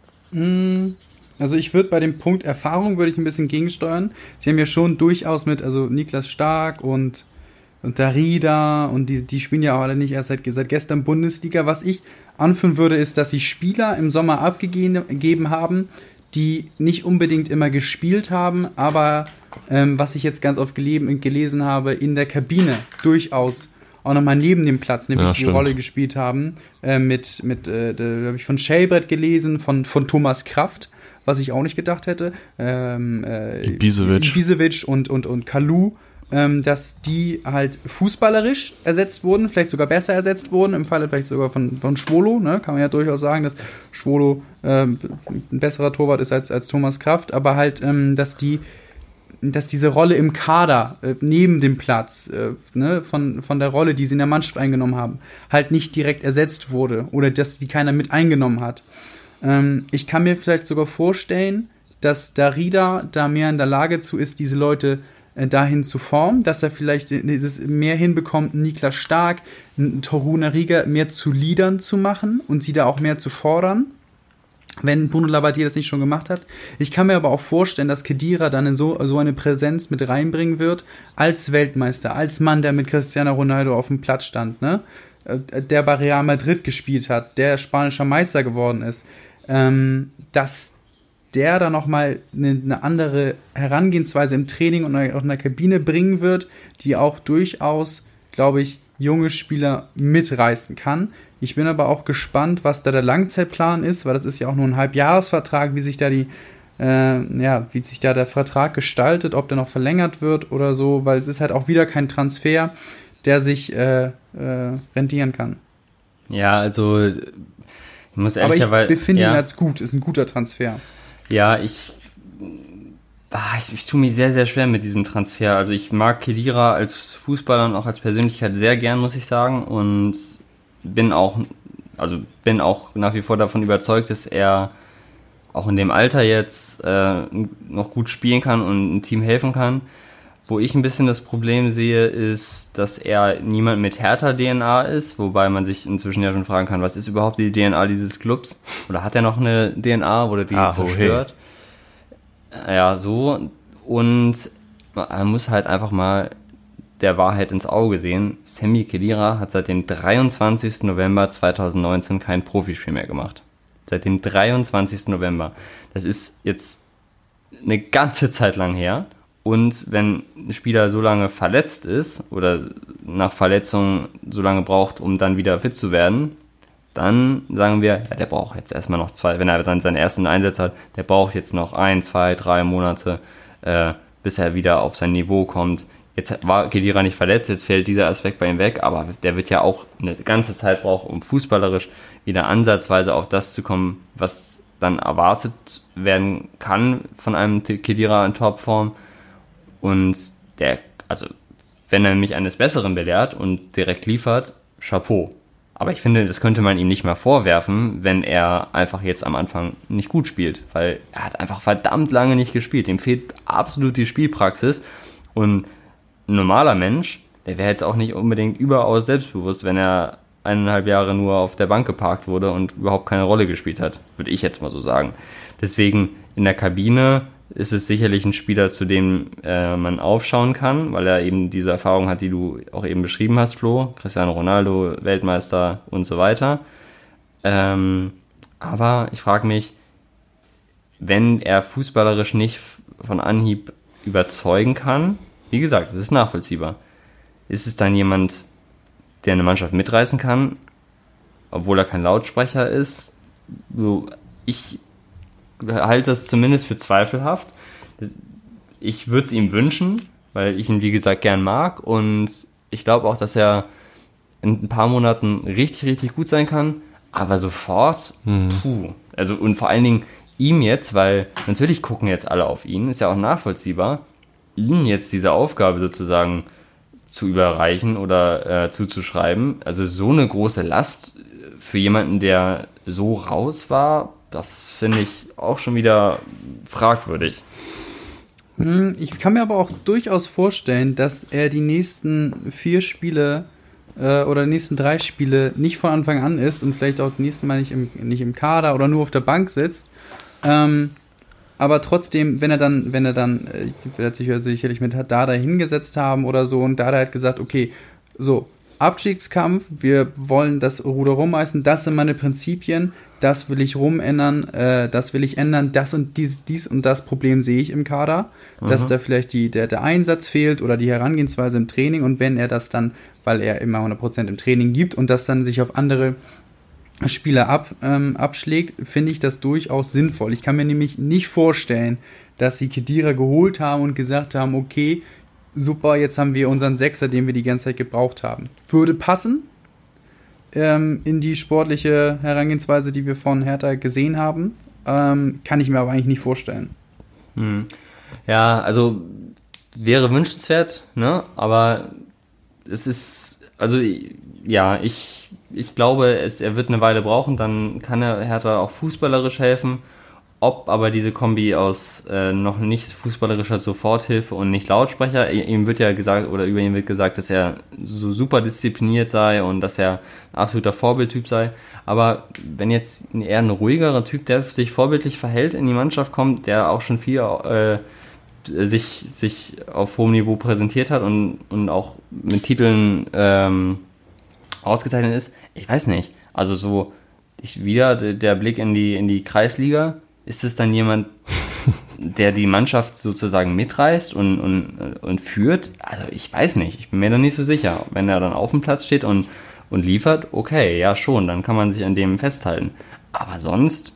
Also ich würde bei dem Punkt Erfahrung würde ich ein bisschen gegensteuern. Sie haben ja schon durchaus mit, also Niklas Stark und, und Darida und die, die spielen ja auch alle nicht erst seit, seit gestern Bundesliga. Was ich anführen würde, ist, dass sie Spieler im Sommer abgegeben haben, die nicht unbedingt immer gespielt haben, aber ähm, was ich jetzt ganz oft gelesen, gelesen habe, in der Kabine durchaus auch nochmal neben dem Platz eine wichtige ja, Rolle gespielt haben. Äh, mit, mit äh, da habe ich von Schellbrett gelesen, von, von Thomas Kraft, was ich auch nicht gedacht hätte. Ähm, äh, Ibisevic. Ibisevic und, und, und Kalou, ähm, dass die halt fußballerisch ersetzt wurden, vielleicht sogar besser ersetzt wurden, im Falle vielleicht sogar von, von Schwolo, ne? Kann man ja durchaus sagen, dass Schwolo ähm, ein besserer Torwart ist als, als Thomas Kraft, aber halt, ähm, dass die dass diese Rolle im Kader, äh, neben dem Platz, äh, ne, von, von der Rolle, die sie in der Mannschaft eingenommen haben, halt nicht direkt ersetzt wurde oder dass die keiner mit eingenommen hat. Ähm, ich kann mir vielleicht sogar vorstellen, dass Darida da mehr in der Lage zu ist, diese Leute äh, dahin zu formen, dass er vielleicht dieses mehr hinbekommt, Niklas Stark, Toruna Riga mehr zu Leadern zu machen und sie da auch mehr zu fordern, wenn Bruno Labbadia das nicht schon gemacht hat. Ich kann mir aber auch vorstellen, dass Khedira dann in so, so eine Präsenz mit reinbringen wird, als Weltmeister, als Mann, der mit Cristiano Ronaldo auf dem Platz stand, ne? Der bei Real Madrid gespielt hat, der spanischer Meister geworden ist, ähm, dass der da nochmal eine, eine andere Herangehensweise im Training und auch in der Kabine bringen wird, die auch durchaus, glaube ich, junge Spieler mitreißen kann. Ich bin aber auch gespannt, was da der Langzeitplan ist, weil das ist ja auch nur ein Halbjahresvertrag, wie sich da die, äh, ja, wie sich da der Vertrag gestaltet, ob der noch verlängert wird oder so, weil es ist halt auch wieder kein Transfer, der sich äh, äh, rentieren kann. Ja, also ich muss ehrlicherweise... Aber ich befinde ja. ihn als gut, ist ein guter Transfer. Ja, ich, ich, ich tue mich sehr, sehr schwer mit diesem Transfer. Also ich mag Khedira als Fußballer und auch als Persönlichkeit sehr gern, muss ich sagen, und bin auch, also bin auch nach wie vor davon überzeugt, dass er auch in dem Alter jetzt äh, noch gut spielen kann und ein Team helfen kann. Wo ich ein bisschen das Problem sehe, ist, dass er niemand mit Hertha-D N A ist, wobei man sich inzwischen ja schon fragen kann, was ist überhaupt die D N A dieses Clubs? Oder hat er noch eine D N A, wurde die ah, zerstört? Okay. Ja, so. Und man muss halt einfach mal der Wahrheit ins Auge sehen. Sami Khedira hat seit dem dreiundzwanzigsten November zweitausendneunzehn kein Profispiel mehr gemacht. Seit dem dreiundzwanzigsten November. Das ist jetzt eine ganze Zeit lang her. Und wenn ein Spieler so lange verletzt ist oder nach Verletzung so lange braucht, um dann wieder fit zu werden, dann sagen wir, ja, der braucht jetzt erstmal noch zwei, wenn er dann seinen ersten Einsatz hat, der braucht jetzt noch ein, zwei, drei Monate, äh, bis er wieder auf sein Niveau kommt. Jetzt war Khedira nicht verletzt, jetzt fällt dieser Aspekt bei ihm weg, aber der wird ja auch eine ganze Zeit brauchen, um fußballerisch wieder ansatzweise auf das zu kommen, was dann erwartet werden kann von einem Khedira in Topform. Und der, also wenn er mich eines Besseren belehrt und direkt liefert, Chapeau. Aber ich finde, das könnte man ihm nicht mal vorwerfen, wenn er einfach jetzt am Anfang nicht gut spielt, weil er hat einfach verdammt lange nicht gespielt. Ihm fehlt absolut die Spielpraxis und ein normaler Mensch, der wäre jetzt auch nicht unbedingt überaus selbstbewusst, wenn er eineinhalb Jahre nur auf der Bank geparkt wurde und überhaupt keine Rolle gespielt hat, würde ich jetzt mal so sagen. Deswegen in der Kabine ist es sicherlich ein Spieler, zu dem äh, man aufschauen kann, weil er eben diese Erfahrung hat, die du auch eben beschrieben hast, Flo. Cristiano Ronaldo, Weltmeister und so weiter. Ähm, aber ich frage mich, wenn er fußballerisch nicht von Anhieb überzeugen kann, wie gesagt, das ist nachvollziehbar, ist es dann jemand, der eine Mannschaft mitreißen kann, obwohl er kein Lautsprecher ist? So, ich halte das zumindest für zweifelhaft. Ich würde es ihm wünschen, weil ich ihn, wie gesagt, gern mag und ich glaube auch, dass er in ein paar Monaten richtig, richtig gut sein kann, aber sofort, mhm. puh. Also und vor allen Dingen ihm jetzt, weil natürlich gucken jetzt alle auf ihn, ist ja auch nachvollziehbar, ihm jetzt diese Aufgabe sozusagen zu überreichen oder äh, zuzuschreiben, also so eine große Last für jemanden, der so raus war, das finde ich auch schon wieder fragwürdig. Ich kann mir aber auch durchaus vorstellen, dass er die nächsten vier Spiele äh, oder die nächsten drei Spiele nicht von Anfang an ist und vielleicht auch das nächste Mal nicht im, nicht im Kader oder nur auf der Bank sitzt. Ähm, aber trotzdem, wenn er dann, wenn er dann, äh, wird sich sicherlich mit Dada hingesetzt haben oder so und Dada hat gesagt, okay, so, Abstiegskampf, wir wollen das Ruder rumreißen, das sind meine Prinzipien, das will ich rumändern, äh, das will ich ändern, das und dies, dies und das Problem sehe ich im Kader, mhm. dass da vielleicht die, der, der Einsatz fehlt oder die Herangehensweise im Training und wenn er das dann, weil er immer hundert Prozent im Training gibt und das dann sich auf andere Spieler ab, ähm, abschlägt, finde ich das durchaus sinnvoll. Ich kann mir nämlich nicht vorstellen, dass sie Khedira geholt haben und gesagt haben, okay, super, jetzt haben wir unseren Sechser, den wir die ganze Zeit gebraucht haben. Würde passen ähm, in die sportliche Herangehensweise, die wir von Hertha gesehen haben. Ähm, kann ich mir aber eigentlich nicht vorstellen. Hm. Ja, also wäre wünschenswert, ne? Aber es ist, also ja, ich, ich glaube, es, er wird eine Weile brauchen, dann kann er Hertha auch fußballerisch helfen. Ob aber diese Kombi aus äh, noch nicht fußballerischer Soforthilfe und nicht Lautsprecher, ihm wird ja gesagt, oder über ihn wird gesagt, dass er so super diszipliniert sei und dass er ein absoluter Vorbildtyp sei. Aber wenn jetzt eher ein ruhigerer Typ, der sich vorbildlich verhält, in die Mannschaft kommt, der auch schon viel äh, sich, sich auf hohem Niveau präsentiert hat und, und auch mit Titeln ähm, ausgezeichnet ist, ich weiß nicht. Also so ich, wieder der Blick in die, in die Kreisliga. Ist es dann jemand, der die Mannschaft sozusagen mitreißt und, und, und führt? Also ich weiß nicht, ich bin mir da nicht so sicher. Wenn er dann auf dem Platz steht und, und liefert, okay, ja schon, dann kann man sich an dem festhalten. Aber sonst,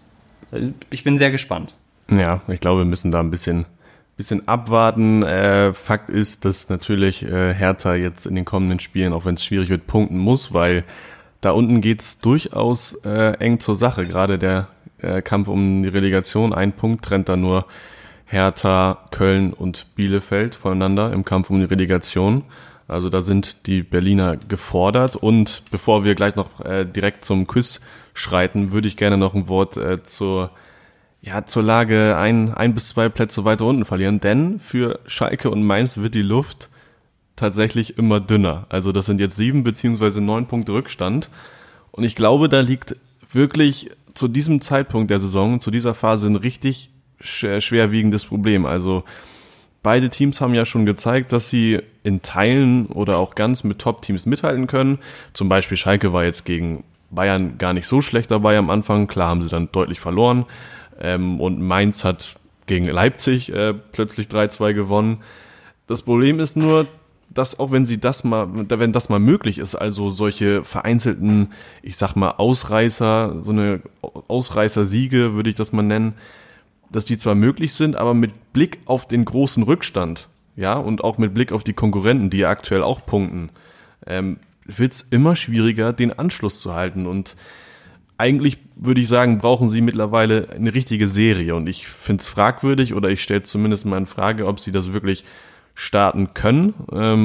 ich bin sehr gespannt. Ja, ich glaube, wir müssen da ein bisschen, bisschen abwarten. Äh, Fakt ist, dass natürlich äh, Hertha jetzt in den kommenden Spielen, auch wenn es schwierig wird, punkten muss, weil da unten geht's durchaus äh, eng zur Sache. Gerade der Kampf um die Relegation. Ein Punkt trennt da nur Hertha, Köln und Bielefeld voneinander im Kampf um die Relegation. Also da sind die Berliner gefordert. Und bevor wir gleich noch äh, direkt zum Quiz schreiten, würde ich gerne noch ein Wort äh, zur, ja, zur Lage ein, ein bis zwei Plätze weiter unten verlieren. Denn für Schalke und Mainz wird die Luft tatsächlich immer dünner. Also das sind jetzt sieben beziehungsweise neun Punkte Rückstand. Und ich glaube, da liegt wirklich zu diesem Zeitpunkt der Saison, zu dieser Phase ein richtig schwerwiegendes Problem. Also beide Teams haben ja schon gezeigt, dass sie in Teilen oder auch ganz mit Top-Teams mithalten können. Zum Beispiel Schalke war jetzt gegen Bayern gar nicht so schlecht dabei am Anfang. Klar haben sie dann deutlich verloren. Ähm, und Mainz hat gegen Leipzig äh, plötzlich drei zwei gewonnen. Das Problem ist nur, dass auch wenn sie das mal, wenn das mal möglich ist, also solche vereinzelten, ich sag mal Ausreißer, so eine Ausreißer-Siege würde ich das mal nennen, dass die zwar möglich sind, aber mit Blick auf den großen Rückstand, ja, und auch mit Blick auf die Konkurrenten, die ja aktuell auch punkten, ähm, wird es immer schwieriger, den Anschluss zu halten. Und eigentlich würde ich sagen, brauchen sie mittlerweile eine richtige Serie. Und ich finde es fragwürdig, oder ich stelle zumindest mal in Frage, ob sie das wirklich starten können.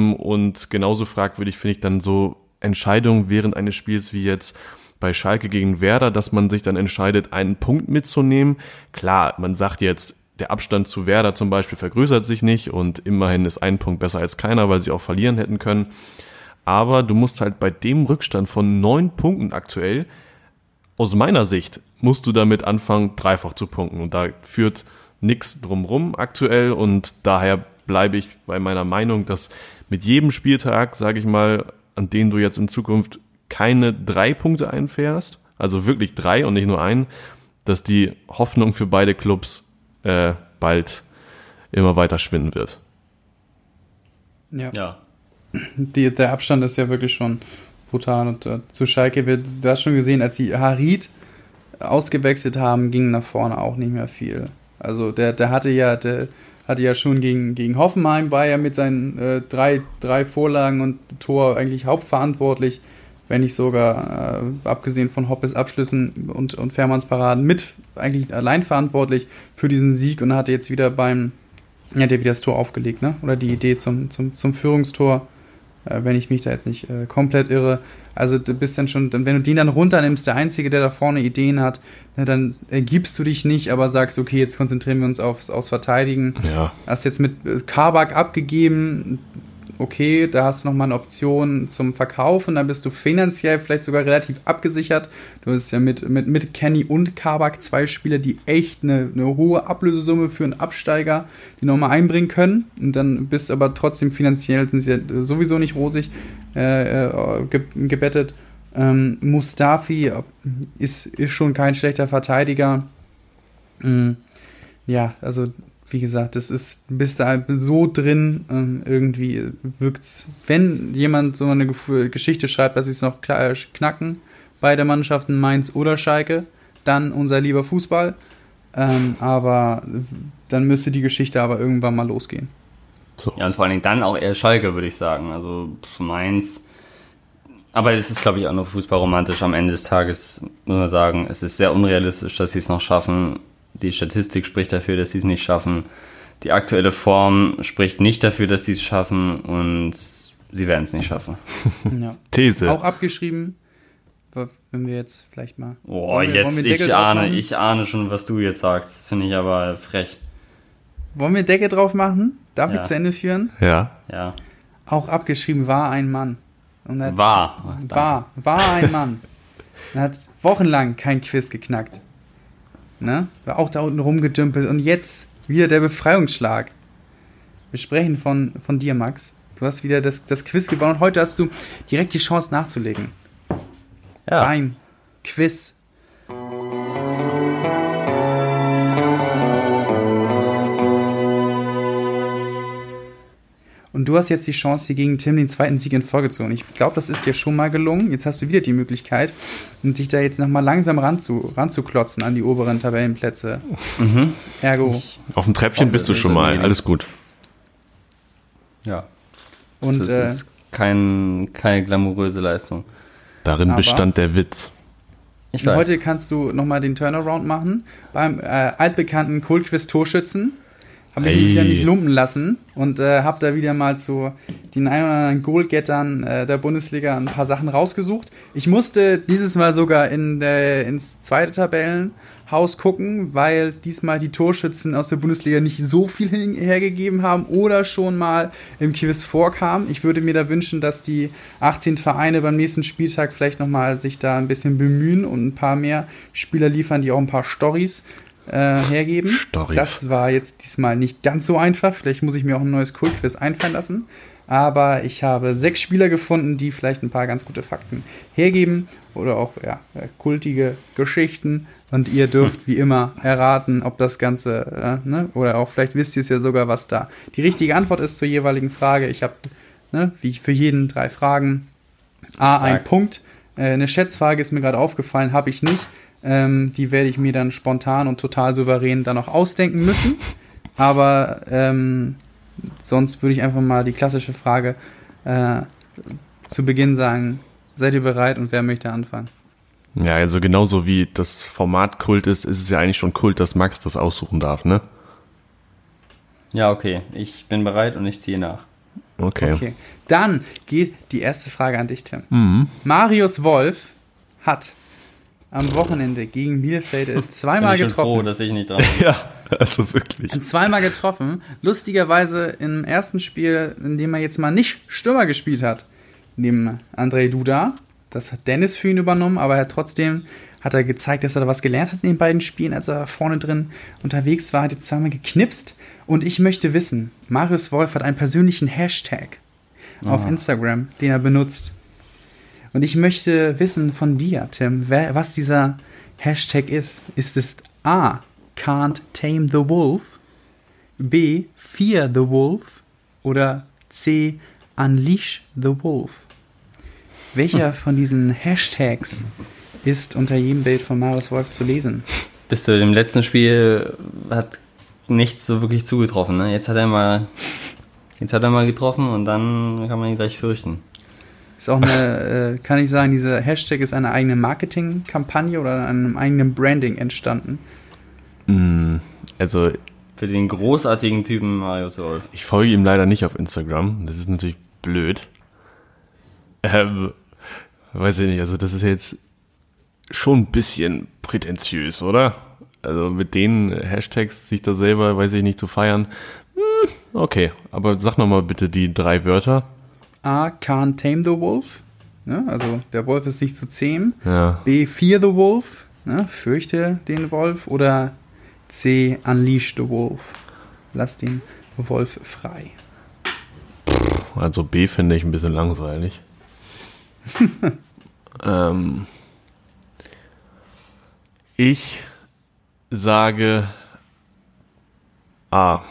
Und genauso fragwürdig finde ich dann so Entscheidungen während eines Spiels wie jetzt bei Schalke gegen Werder, dass man sich dann entscheidet, einen Punkt mitzunehmen. Klar, man sagt jetzt, der Abstand zu Werder zum Beispiel vergrößert sich nicht und immerhin ist ein Punkt besser als keiner, weil sie auch verlieren hätten können. Aber du musst halt bei dem Rückstand von neun Punkten aktuell, aus meiner Sicht, musst du damit anfangen, dreifach zu punkten. Und da führt nichts drumrum aktuell und daher bleibe ich bei meiner Meinung, dass mit jedem Spieltag, sage ich mal, an dem du jetzt in Zukunft keine drei Punkte einfährst, also wirklich drei und nicht nur einen, dass die Hoffnung für beide Clubs äh, bald immer weiter schwinden wird. Ja. ja. Die, der Abstand ist ja wirklich schon brutal und äh, zu Schalke wird das schon gesehen, als sie Harit ausgewechselt haben, ging nach vorne auch nicht mehr viel. Also der, der hatte ja, der hatte ja schon gegen, gegen Hoffenheim, war ja mit seinen äh, drei, drei Vorlagen und Tor eigentlich hauptverantwortlich wenn nicht sogar, äh, abgesehen von Hoppes Abschlüssen und, und Fährmanns Paraden, mit eigentlich allein verantwortlich für diesen Sieg und hatte jetzt wieder beim, ja, der wieder das Tor aufgelegt, ne? Oder die Idee zum, zum, zum Führungstor, äh, wenn ich mich da jetzt nicht äh, komplett irre. Also du bist dann schon, wenn du den dann runternimmst, der Einzige, der da vorne Ideen hat, ne, dann ergibst du dich nicht, aber sagst, okay, jetzt konzentrieren wir uns aufs, aufs Verteidigen. Ja. Hast jetzt mit äh, Kabak abgegeben, okay, da hast du nochmal eine Option zum Verkaufen, dann bist du finanziell vielleicht sogar relativ abgesichert. Du hast ja mit, mit, mit Kenny und Kabak zwei Spieler, die echt eine, eine hohe Ablösesumme für einen Absteiger, die nochmal einbringen können. Und dann bist aber trotzdem finanziell, sind sie ja sowieso nicht rosig äh, äh, ge- gebettet. Ähm, Mustafi ist, ist schon kein schlechter Verteidiger. Mhm. Ja, also wie gesagt, das ist, du bist da so drin, ähm, irgendwie wirkt's, wenn jemand so eine Gef- Geschichte schreibt, dass sie es noch klar knacken, beide Mannschaften, Mainz oder Schalke, dann unser lieber Fußball, ähm, aber dann müsste die Geschichte aber irgendwann mal losgehen. So. Ja, und vor allen Dingen dann auch eher Schalke, würde ich sagen. Also Mainz, aber es ist, glaube ich, auch noch fußballromantisch. Am Ende des Tages muss man sagen, es ist sehr unrealistisch, dass sie es noch schaffen. Die Statistik spricht dafür, dass sie es nicht schaffen. Die aktuelle Form spricht nicht dafür, dass sie es schaffen und sie werden es nicht schaffen. Ja. These. Auch abgeschrieben, wenn wir jetzt vielleicht mal... Oh, wollen wir, jetzt, wollen wir ich Deckel drauf ahne, machen? ich ahne schon, was du jetzt sagst. Das finde ich aber frech. Wollen wir Deckel drauf machen? Darf Ja. ich zu Ende führen? Ja. Ja. Auch abgeschrieben war ein Mann. Und er hat- War. War, war ein Mann. Er hat wochenlang kein Quiz geknackt. Ne? War auch da unten rumgedümpelt und jetzt wieder der Befreiungsschlag. Wir sprechen von, von dir, Max. Du hast wieder das, das Quiz gewonnen und heute hast du direkt die Chance nachzulegen. Ja. Beim Quiz. Und du hast jetzt die Chance, hier gegen Tim den zweiten Sieg in Folge zu holen. Ich glaube, das ist dir schon mal gelungen. Jetzt hast du wieder die Möglichkeit, dich da jetzt nochmal langsam ranzu, ranzuklotzen an die oberen Tabellenplätze. Mhm. Ergo. Auf dem Treppchen Oh, bist du das schon ist mal. irgendwie- Alles gut. Ja. Und Das äh, ist kein, keine glamouröse Leistung. Darin Aber- bestand der Witz. Ich weiß. heute kannst du nochmal den Turnaround machen. Beim äh, altbekannten Kultquiz-Torschützen habe ich mich Hey. wieder nicht lumpen lassen und äh, habe da wieder mal zu den ein oder anderen Goalgettern äh, der Bundesliga ein paar Sachen rausgesucht. Ich musste dieses Mal sogar in der, ins zweite Tabellenhaus gucken, weil diesmal die Torschützen aus der Bundesliga nicht so viel hin- hergegeben haben oder schon mal im Quiz vorkamen. Ich würde mir da wünschen, dass die achtzehn Vereine beim nächsten Spieltag vielleicht nochmal sich da ein bisschen bemühen und ein paar mehr Spieler liefern, die auch ein paar Storys äh, hergeben. Storys. Das war jetzt diesmal nicht ganz so einfach. Vielleicht muss ich mir auch ein neues Kultquiz einfallen lassen. Aber ich habe sechs Spieler gefunden, die vielleicht ein paar ganz gute Fakten hergeben oder auch ja, kultige Geschichten. Und ihr dürft wie immer erraten, ob das Ganze, äh, ne, oder auch vielleicht wisst ihr es ja sogar, was da die richtige Antwort ist zur jeweiligen Frage. Ich habe, ne, wie für jeden drei Fragen, A, ein Stark. Punkt. Äh, eine Schätzfrage ist mir gerade aufgefallen, habe ich nicht. Ähm, die werde ich mir dann spontan und total souverän dann noch ausdenken müssen. Aber ähm, sonst würde ich einfach mal die klassische Frage äh, zu Beginn sagen, seid ihr bereit und wer möchte anfangen? Ja, also genauso wie das Format Kult ist, ist es ja eigentlich schon Kult, dass Max das aussuchen darf, ne? Ja, okay. Ich bin bereit und ich ziehe nach. Okay. Okay. Dann geht die erste Frage an dich, Tim. Mhm. Marius Wolf hat am Wochenende gegen Bielefeld äh, zweimal bin ich schon froh, getroffen. dass ich nicht dran bin. Ja, also wirklich. Zweimal getroffen. Lustigerweise im ersten Spiel, in dem er jetzt mal nicht Stürmer gespielt hat, neben Andrei Duda. Das hat Dennis für ihn übernommen, aber er hat trotzdem hat er gezeigt, dass er da was gelernt hat in den beiden Spielen, als er vorne drin unterwegs war, hat jetzt zweimal geknipst. Und ich möchte wissen, Marius Wolf hat einen persönlichen Hashtag auf Ah. Instagram, den er benutzt. Und ich möchte wissen von dir, Tim, wer, was dieser Hashtag ist. Ist es A, Can't Tame the Wolf, B, Fear the Wolf oder C, Unleash the Wolf? Welcher von diesen Hashtags ist unter jedem Bild von Marius Wolf zu lesen? Bis zu dem letzten Spiel hat nichts so wirklich zugetroffen. Ne? Jetzt hat er mal, jetzt hat er mal getroffen und dann kann man ihn gleich fürchten. Ist auch eine, äh, kann ich sagen, dieser Hashtag ist eine eigene Marketingkampagne oder einem eigenen Branding entstanden. Also, Für den großartigen Typen Marius Wolf. ich folge ihm leider nicht auf Instagram. Das ist natürlich blöd. Ähm, weiß ich nicht, also das ist jetzt schon ein bisschen prätentiös, oder? Also mit den Hashtags sich da selber, weiß ich nicht, zu feiern. Hm, okay, aber sag nochmal bitte die drei Wörter. A. Can't tame the wolf. Ne? Also der Wolf ist nicht zu zähmen. Ja. B. Fear the wolf. Ne? Fürchte den Wolf. Oder C. Unleash the wolf. Lass den Wolf frei. Also B finde ich ein bisschen langweilig. ähm, ich sage A.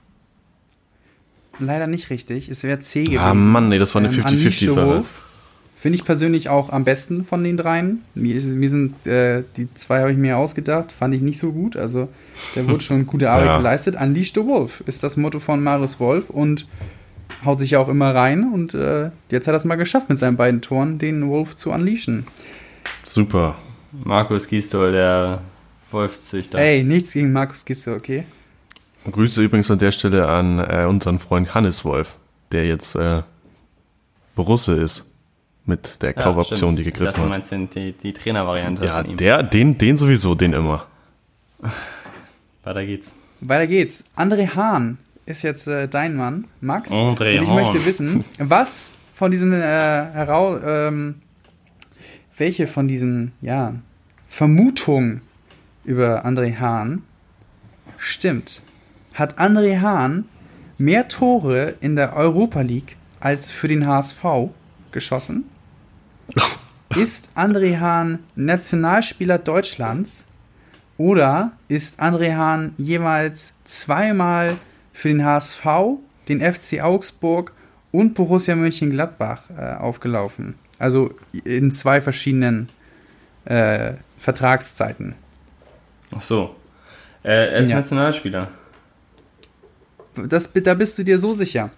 Leider nicht richtig. Es wäre C gewesen. Ah Mann, nee, das war eine Ähm, fünfzig Unleash the fünfzig Sache. Wolf. Finde ich persönlich auch am besten von den dreien. Mir, ist, mir sind äh, die zwei habe ich mir ausgedacht, fand ich nicht so gut. Also da wurde schon gute Arbeit Ja. geleistet. Unleash the Wolf ist das Motto von Marius Wolf und haut sich ja auch immer rein. Und äh, jetzt hat er es mal geschafft mit seinen beiden Toren, den Wolf zu unleashen. Super. Markus Gisdol, der Wolfszüchter. Ey, nichts gegen Markus Gisse, okay? Grüße übrigens an der Stelle an äh, unseren Freund Hannes Wolf, der jetzt äh, Borusse ist mit der Ja, Kaufoption, stimmt. die Ich gegriffen dachte, du hat. meinst den, die, die Trainervariante Ja, von ihm. der, den, den sowieso, den immer. Weiter geht's. Weiter geht's. André Hahn ist jetzt äh, dein Mann, Max. André und ich Hahn. möchte wissen, was von diesen äh, heraus, ähm, welche von diesen ja, Vermutungen über André Hahn stimmt. Hat André Hahn mehr Tore in der Europa League als für den H S V geschossen? Ist André Hahn Nationalspieler Deutschlands? Oder ist André Hahn jemals zweimal für den H S V, den F C Augsburg und Borussia Mönchengladbach äh, aufgelaufen? Also in zwei verschiedenen äh, Vertragszeiten. Ach so. Äh, er ist Ja. Nationalspieler. Das, da bist du dir so sicher.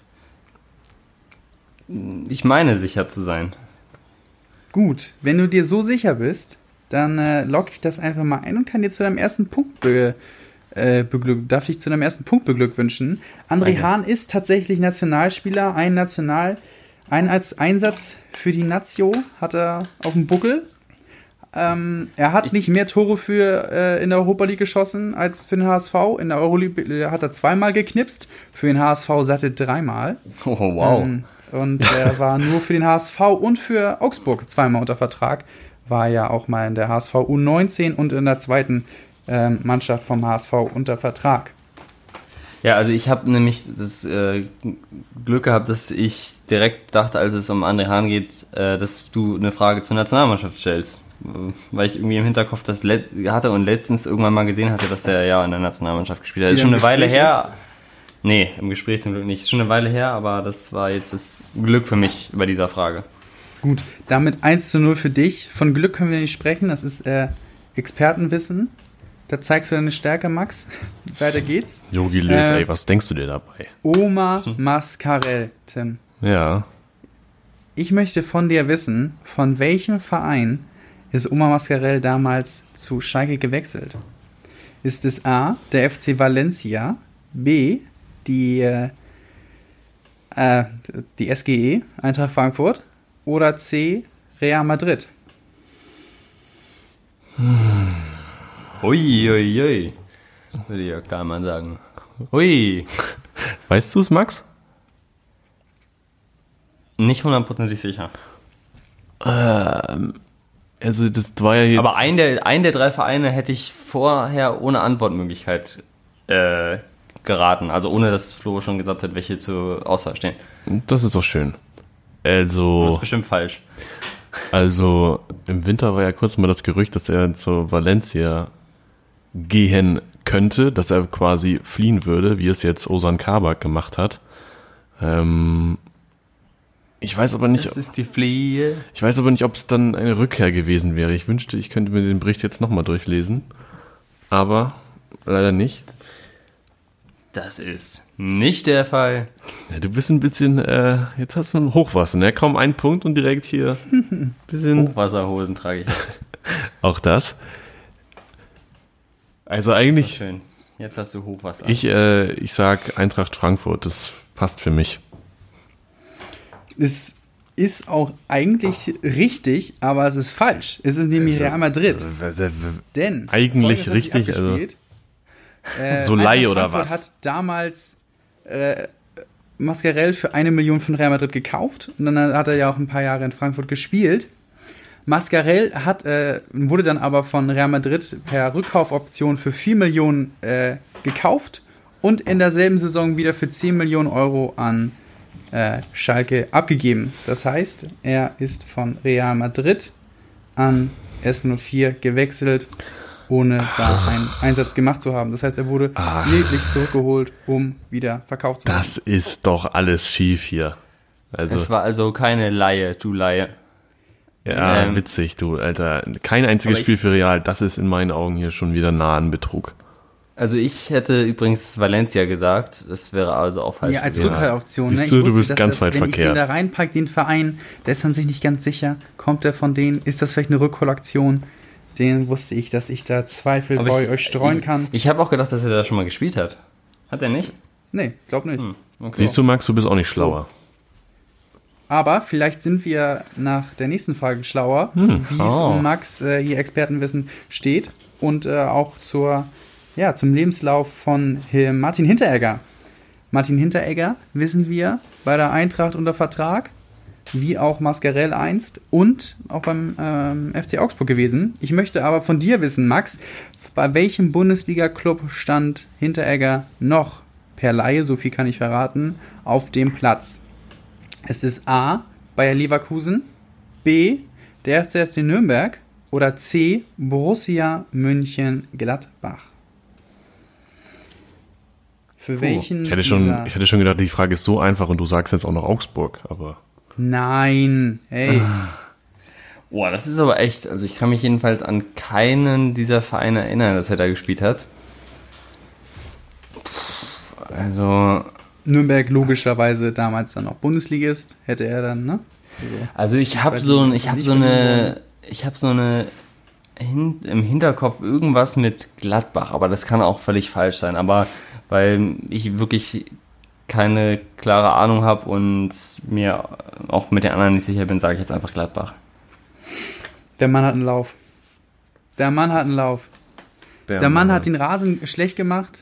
Ich meine, sicher zu sein. Gut, wenn du dir so sicher bist, dann äh, logge ich das einfach mal ein und kann dir zu deinem ersten Punkt be, äh, beglück, darf dich zu deinem ersten Punkt beglückwünschen. André Danke. Hahn ist tatsächlich Nationalspieler, ein National, ein als Einsatz für die Nazio hat er auf dem Buckel. Ähm, er hat Ich- nicht mehr Tore für äh, in der Europa League geschossen als für den H S V. In der Euroleague hat er zweimal geknipst, für den H S V satte dreimal. Oh, wow. Ähm, und er war nur für den H S V und für Augsburg zweimal unter Vertrag. War ja auch mal in der H S V U neunzehn und in der zweiten ähm, Mannschaft vom H S V unter Vertrag. Ja, also ich habe nämlich das äh, Glück gehabt, dass ich direkt dachte, als es um André Hahn geht, äh, dass du eine Frage zur Nationalmannschaft stellst. Äh, Weil ich irgendwie im Hinterkopf das let- hatte und letztens irgendwann mal gesehen hatte, dass er ja in der Nationalmannschaft gespielt hat. Ist Wieder schon im eine Weile Gespräch her. Nee, im Gespräch zum Glück nicht. Ist schon eine Weile her, aber das war jetzt das Glück für mich bei dieser Frage. Gut, damit eins zu null für dich. Von Glück können wir nicht sprechen, das ist äh, Expertenwissen. Da zeigst du deine Stärke, Max. Weiter geht's. Jogi Löw, Äh, ey, was denkst du dir dabei? Oma Mascarell, Tim. Ja. Ich möchte von dir wissen, von welchem Verein ist Oma Mascarell damals zu Schalke gewechselt? Ist es A, der F C Valencia, B, die, äh, äh, die S G E, Eintracht Frankfurt, oder C, Real Madrid? Hui, hui, hui. Würde Jörg Dahlmann sagen. Hui. Weißt du es, Max? Nicht hundertprozentig sicher. Ähm, also das war ja jetzt... Aber ein der, ein der drei Vereine hätte ich vorher ohne Antwortmöglichkeit äh, geraten. Also ohne, dass Flo schon gesagt hat, welche zur Auswahl stehen. Das ist doch schön. Das Also, ist bestimmt falsch. also im Winter war ja kurz mal das Gerücht, dass er zu Valencia gehen könnte, dass er quasi fliehen würde, wie es jetzt Ozan Kabak gemacht hat. Ähm, ich weiß aber nicht, Das ist die Fliege. ich weiß aber nicht, ob es dann eine Rückkehr gewesen wäre. Ich wünschte, ich könnte mir den Bericht jetzt nochmal durchlesen, aber leider nicht. Das ist nicht der Fall. Ja, du bist ein bisschen, äh, jetzt hast du ein Hochwasser, ne? Kaum ein Punkt und direkt hier ein bisschen. Hochwasserhosen trage ich. Auch das. Also eigentlich. Das ist schön. Jetzt hast du Hochwasser. Ich, äh, ich sag Eintracht Frankfurt, das passt für mich. Es ist auch eigentlich richtig, aber es ist falsch. Es ist nämlich Real Madrid. Denn eigentlich Folgendes hat sich richtig, also abgespielt. Äh, so Laie Eintracht oder Frankfurt was? Hat damals äh, Mascarell für eine Million von Real Madrid gekauft und dann hat er ja auch ein paar Jahre in Frankfurt gespielt. Mascarell hat, äh, wurde dann aber von Real Madrid per Rückkaufoption für vier Millionen äh, gekauft und in derselben Saison wieder für zehn Millionen Euro an äh, Schalke abgegeben. Das heißt, er ist von Real Madrid an S null vier gewechselt, ohne da einen Einsatz gemacht zu haben. Das heißt, er wurde Ach. lediglich zurückgeholt, um wieder verkauft zu werden. Das ist doch alles schief hier. Also, Es war also keine Laie, du Laie. ja, ähm, witzig, du, Alter. Kein einziges aber ich- Spiel für Real, das ist in meinen Augen hier schon wieder nah an Betrug. Also ich hätte übrigens Valencia gesagt. Das wäre also auch falsch. Ja, als gewesen. Rückhaltoption. Ne? Siehst du, Ich du wusste, bist dass ganz das, weit wenn ich verkehrt. den da reinpacke, den Verein, der ist man sich nicht ganz sicher. Kommt der von denen? Ist das vielleicht eine Rückholaktion? Den wusste ich, dass ich da Zweifel Aber bei ich- euch streuen ich, kann. Ich habe auch gedacht, dass er da schon mal gespielt hat. Hat er nicht? Nee, glaub nicht. Hm, okay. Siehst du, Max, du bist auch nicht schlauer. Aber vielleicht sind wir nach der nächsten Frage schlauer, Hm. wie es Oh. um Max äh, hier Expertenwissen steht und äh, auch zur, ja, zum Lebenslauf von äh, Martin Hinteregger. Martin Hinteregger, wissen wir, bei der Eintracht unter Vertrag, wie auch Mascarell einst und auch beim ähm, F C Augsburg gewesen. Ich möchte aber von dir wissen, Max, bei welchem Bundesliga-Club stand Hinteregger noch per Laie, so viel kann ich verraten, auf dem Platz? Es ist A, Bayer Leverkusen, B, der F C F C Nürnberg oder C, Borussia Mönchengladbach. Für welchen Ich hätte, schon, dieser- ich hätte schon gedacht, die Frage ist so einfach und du sagst jetzt auch noch Augsburg, aber Nein, hey. Boah, das ist aber echt. Also ich kann mich jedenfalls an keinen dieser Vereine erinnern, dass er da gespielt hat. Also, Nürnberg logischerweise damals dann auch Bundesligist, hätte er dann, ne? also ich habe weiß so, nicht, ich habe nicht so übernommen eine, ich habe so eine hin, im Hinterkopf irgendwas mit Gladbach, aber das kann auch völlig falsch sein. Aber weil ich wirklich keine klare Ahnung habe und mir auch mit den anderen nicht sicher bin, sage ich jetzt einfach Gladbach. Der Mann hat einen Lauf. Der Mann hat einen Lauf. Der Mann hat den Rasen schlecht gemacht.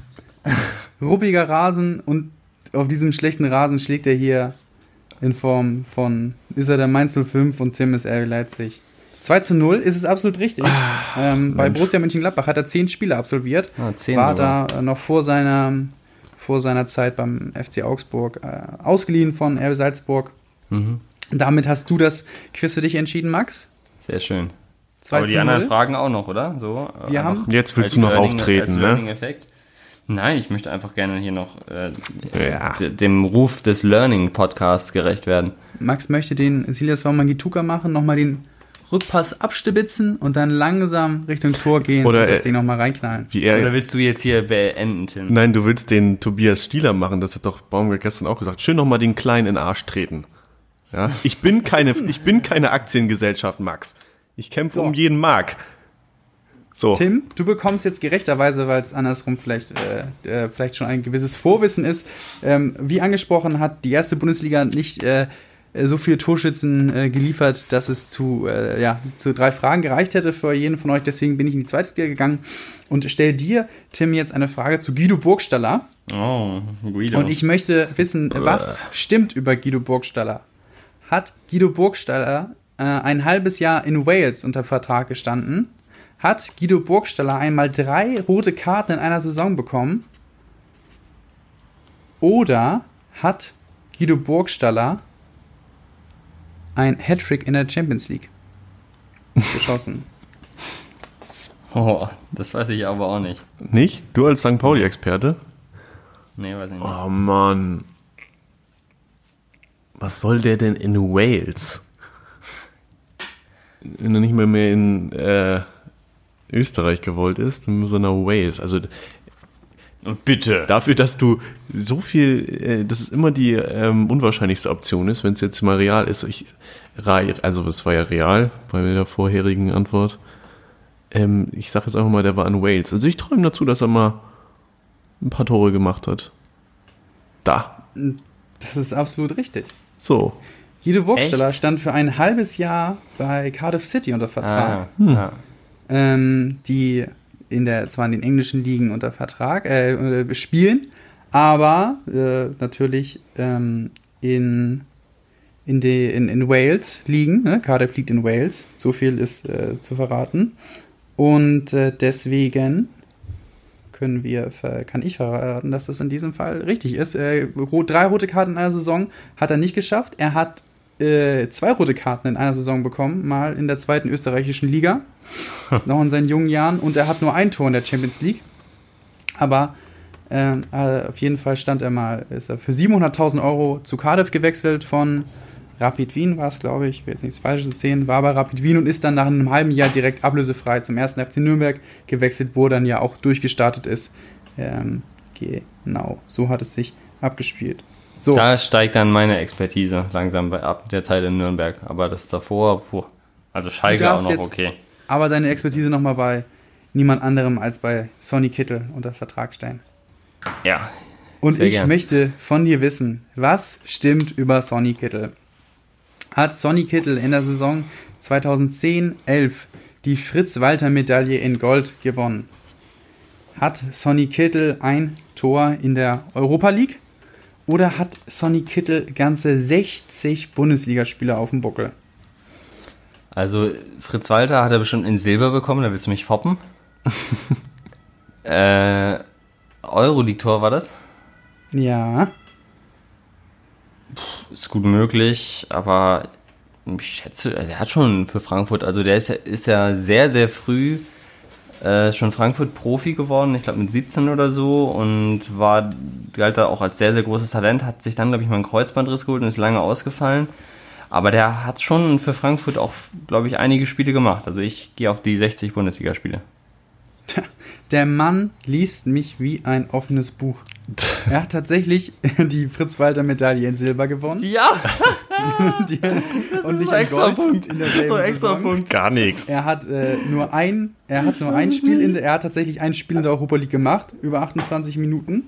Ruppiger Rasen und auf diesem schlechten Rasen schlägt er hier in Form von, ist er der Mainz null fünf und Tim ist R B Leipzig. zwei zu null ist es absolut richtig. ähm, bei Mensch. Borussia Mönchengladbach hat er zehn Spiele absolviert. Ah, zehn war sogar. da äh, noch vor seiner, vor seiner Zeit beim F C Augsburg äh, ausgeliehen von R B Salzburg. Mhm. Damit hast du das Quiz für dich entschieden, Max. Sehr schön. zwei Aber zu die anderen null. Fragen auch noch, oder? So, äh, Wir einfach haben- Jetzt willst als du noch Learning- auftreten, als ne? Learning-Effekt. Nein, ich möchte einfach gerne hier noch äh, Ja. d- dem Ruf des Learning-Podcasts gerecht werden. Max möchte den Silas Wamangituka machen, nochmal den Rückpass abstibitzen und dann langsam Richtung Tor gehen Oder, und das äh, Ding nochmal reinknallen. Wie er, Oder willst du jetzt hier beenden, Tim? Nein, du willst den Tobias Stieler machen, das hat doch Baumgart gestern auch gesagt. Schön nochmal den Kleinen in den Arsch treten. Ja? Ich bin keine, ich bin keine Aktiengesellschaft, Max. Ich kämpfe So. um jeden Mark. So. Tim, du bekommst jetzt gerechterweise, weil es andersrum vielleicht, äh, äh, vielleicht schon ein gewisses Vorwissen ist. Ähm, wie angesprochen, hat die erste Bundesliga nicht äh, so viele Torschützen äh, geliefert, dass es zu, äh, ja, zu drei Fragen gereicht hätte für jeden von euch. Deswegen bin ich in die zweite Liga gegangen und stelle dir, Tim, jetzt eine Frage zu Guido Burgstaller. Oh, Guido. Und ich möchte wissen, was stimmt über Guido Burgstaller? Hat Guido Burgstaller äh, ein halbes Jahr in Wales unter Vertrag gestanden? Hat Guido Burgstaller einmal drei rote Karten in einer Saison bekommen? Oder hat Guido Burgstaller ein Hattrick in der Champions League geschossen? Oh, das weiß ich aber auch nicht. Nicht? Du als Sankt Pauli-Experte? Nee, weiß ich nicht. Oh Mann. Was soll der denn in Wales? Wenn er nicht mehr, mehr in äh, Österreich gewollt ist, dann muss er nach Wales. Also Bitte. Dafür, dass du so viel, äh, dass es immer die ähm, unwahrscheinlichste Option ist, wenn es jetzt mal real ist. Ich, also es war ja real bei der vorherigen Antwort. Ähm, ich sag jetzt einfach mal, der war in Wales. Also ich träume dazu, dass er mal ein paar Tore gemacht hat. Da. Das ist absolut richtig. So. Guido Burgstaller Echt? stand für ein halbes Jahr bei Cardiff City unter Vertrag. Ah, hm. ja. ähm, die in der, zwar in den englischen Ligen unter Vertrag äh, äh, spielen, aber äh, natürlich ähm, in, in, die, in, in Wales liegen. Ne? Cardiff liegt in Wales, so viel ist äh, zu verraten. Und äh, deswegen können wir, kann ich verraten, dass das in diesem Fall richtig ist. Äh, drei rote Karten in einer Saison hat er nicht geschafft. Er hat äh, zwei rote Karten in einer Saison bekommen, mal in der zweiten österreichischen Liga, noch in seinen jungen Jahren. Und er hat nur ein Tor in der Champions League. Aber äh, auf jeden Fall stand er mal, ist er für siebenhunderttausend Euro zu Cardiff gewechselt von Rapid Wien, war es, glaube ich, ich will jetzt nichts Falsches erzählen, war bei Rapid Wien und ist dann nach einem halben Jahr direkt ablösefrei zum ersten F C Nürnberg gewechselt, wo er dann ja auch durchgestartet ist. Ähm, genau, so hat es sich abgespielt. So. Da steigt dann meine Expertise langsam bei, ab der Zeit in Nürnberg. Aber das davor, puh, also Schalke auch noch jetzt okay. Aber deine Expertise nochmal bei niemand anderem als bei Sonny Kittel unter Vertrag stellen. Ja. Und sehr ich gern. möchte von dir wissen, was stimmt über Sonny Kittel? Hat Sonny Kittel in der Saison zweitausendzehn elf die Fritz-Walter-Medaille in Gold gewonnen? Hat Sonny Kittel ein Tor in der Europa League? Oder hat Sonny Kittel ganze sechzig Bundesligaspiele auf dem Buckel? Also Fritz Walter hat er bestimmt in Silber bekommen, da willst du mich foppen. äh, Euroleague-Tor war das? Ja. Ist gut möglich, aber ich schätze, der hat schon für Frankfurt, also der ist ja, ist ja sehr, sehr früh äh, schon Frankfurt-Profi geworden, ich glaube mit siebzehn oder so, und war, galt da auch als sehr, sehr großes Talent, hat sich dann, glaube ich, mal einen Kreuzbandriss geholt und ist lange ausgefallen. Aber der hat schon für Frankfurt auch, glaube ich, einige Spiele gemacht. Also ich gehe auf die sechzig Bundesligaspiele. Der Mann liest mich wie ein offenes Buch. Er hat tatsächlich die Fritz-Walter-Medaille in Silber gewonnen. Ja! die, und nicht so in extra Gold Punkt. in Das ist so extra Saison. Punkt. Gar nichts. Er hat äh, nur ein, er hat nur ein Spiel in der, er hat tatsächlich ein Spiel in der Europa League gemacht, über achtundzwanzig Minuten.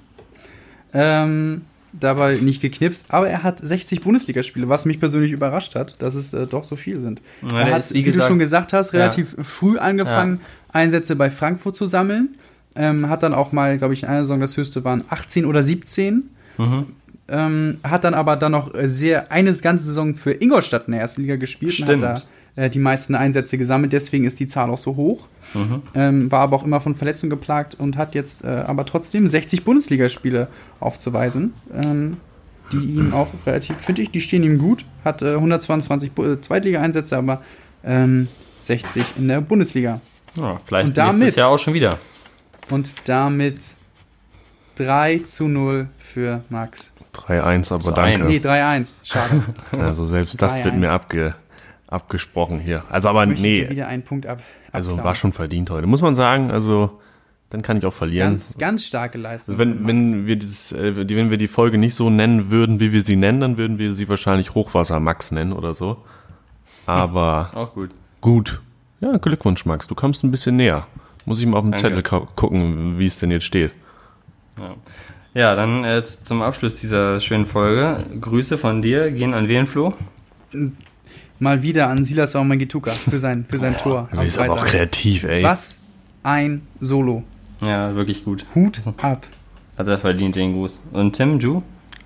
Ähm, dabei nicht geknipst, aber er hat sechzig Bundesligaspiele, was mich persönlich überrascht hat, dass es äh, doch so viel sind. Ja, er der hat, ist, wie, wie du gesagt, schon gesagt hast, relativ ja. früh angefangen, Einsätze bei Frankfurt zu sammeln. Ähm, hat dann auch mal, glaube ich, in einer Saison das höchste waren achtzehn oder siebzehn. Mhm. Ähm, hat dann aber dann noch sehr eine ganze Saison für Ingolstadt in der ersten Liga gespielt. Stimmt. Und hat da äh, die meisten Einsätze gesammelt, deswegen ist die Zahl auch so hoch. Mhm. Ähm, war aber auch immer von Verletzungen geplagt und hat jetzt äh, aber trotzdem sechzig Bundesligaspiele aufzuweisen, ähm, die ihm auch relativ, finde ich, die stehen ihm gut. Hat äh, hundertzweiundzwanzig Bu- Zweitliga-Einsätze, aber ähm, sechzig in der Bundesliga. Ja, vielleicht Und damit- nächstes Jahr auch schon wieder. Und damit drei zu null für Max. drei eins, aber So danke. eins. Nee, drei eins. Schade. Also selbst das drei wird mir eins. abge, abgesprochen hier. Also aber Möchte ich dir nee, wieder einen Punkt ab. also abklauen. war schon verdient heute. Muss man sagen, also dann kann ich auch verlieren. Ganz, ganz starke Leistung. Wenn, von wenn, wir dieses, äh, die- wenn wir die Folge nicht so nennen würden, wie wir sie nennen, dann würden wir sie wahrscheinlich Hochwasser Max nennen oder so. Aber Auch gut. gut. Ja, Glückwunsch, Max. Du kommst ein bisschen näher. Muss ich mal auf den Danke. Zettel gu- gucken, wie es denn jetzt steht. Ja, ja dann äh, zum Abschluss dieser schönen Folge. Grüße von dir gehen an wen, Flo? Mal wieder an Silas Wamangituka für sein, für sein Tor Du am bist aber auch Freitag. kreativ, ey. Was ein Solo. Ja, wirklich gut. Hut ab. Hat er verdient, den Gruß. Und Tim, du?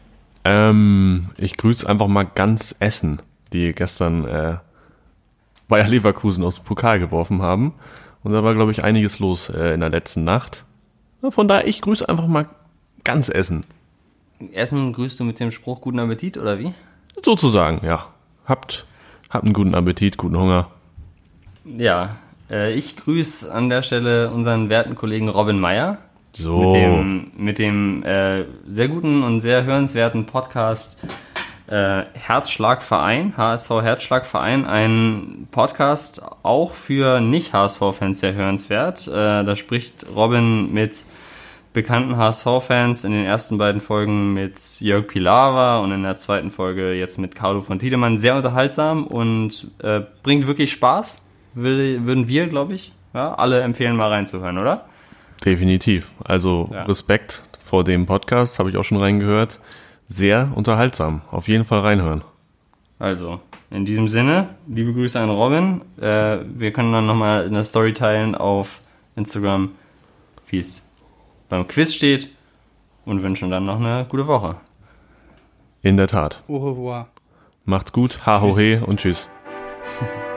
Ähm, ich grüße einfach mal ganz Essen, die gestern äh, Bayer Leverkusen aus dem Pokal geworfen haben. Und da war, glaube ich, einiges los äh, in der letzten Nacht. Ja, von daher, ich grüße einfach mal ganz Essen. Essen grüßt du mit dem Spruch guten Appetit, oder wie? Sozusagen, ja. Habt, habt einen guten Appetit, guten Hunger. Ja, äh, ich grüße an der Stelle unseren werten Kollegen Robin Meyer. So. Mit dem, mit dem äh, sehr guten und sehr hörenswerten Podcast äh, Herzschlagverein, H S V Herzschlagverein, ein Podcast auch für Nicht-H S V-Fans sehr hörenswert. Äh, da spricht Robin mit bekannten H S V-Fans, in den ersten beiden Folgen mit Jörg Pilawa und in der zweiten Folge jetzt mit Carlo von Tiedemann. Sehr unterhaltsam und äh, bringt wirklich Spaß, Will, würden wir, glaube ich, ja, alle empfehlen, mal reinzuhören, oder? Definitiv. Also ja. Respekt vor dem Podcast, habe ich auch schon reingehört. Sehr unterhaltsam. Auf jeden Fall reinhören. Also, in diesem Sinne, liebe Grüße an Robin. Äh, wir können dann nochmal eine Story teilen auf Instagram, wie es beim Quiz steht und wünschen dann noch eine gute Woche. In der Tat. Au revoir. Macht's gut, ha ho he und tschüss.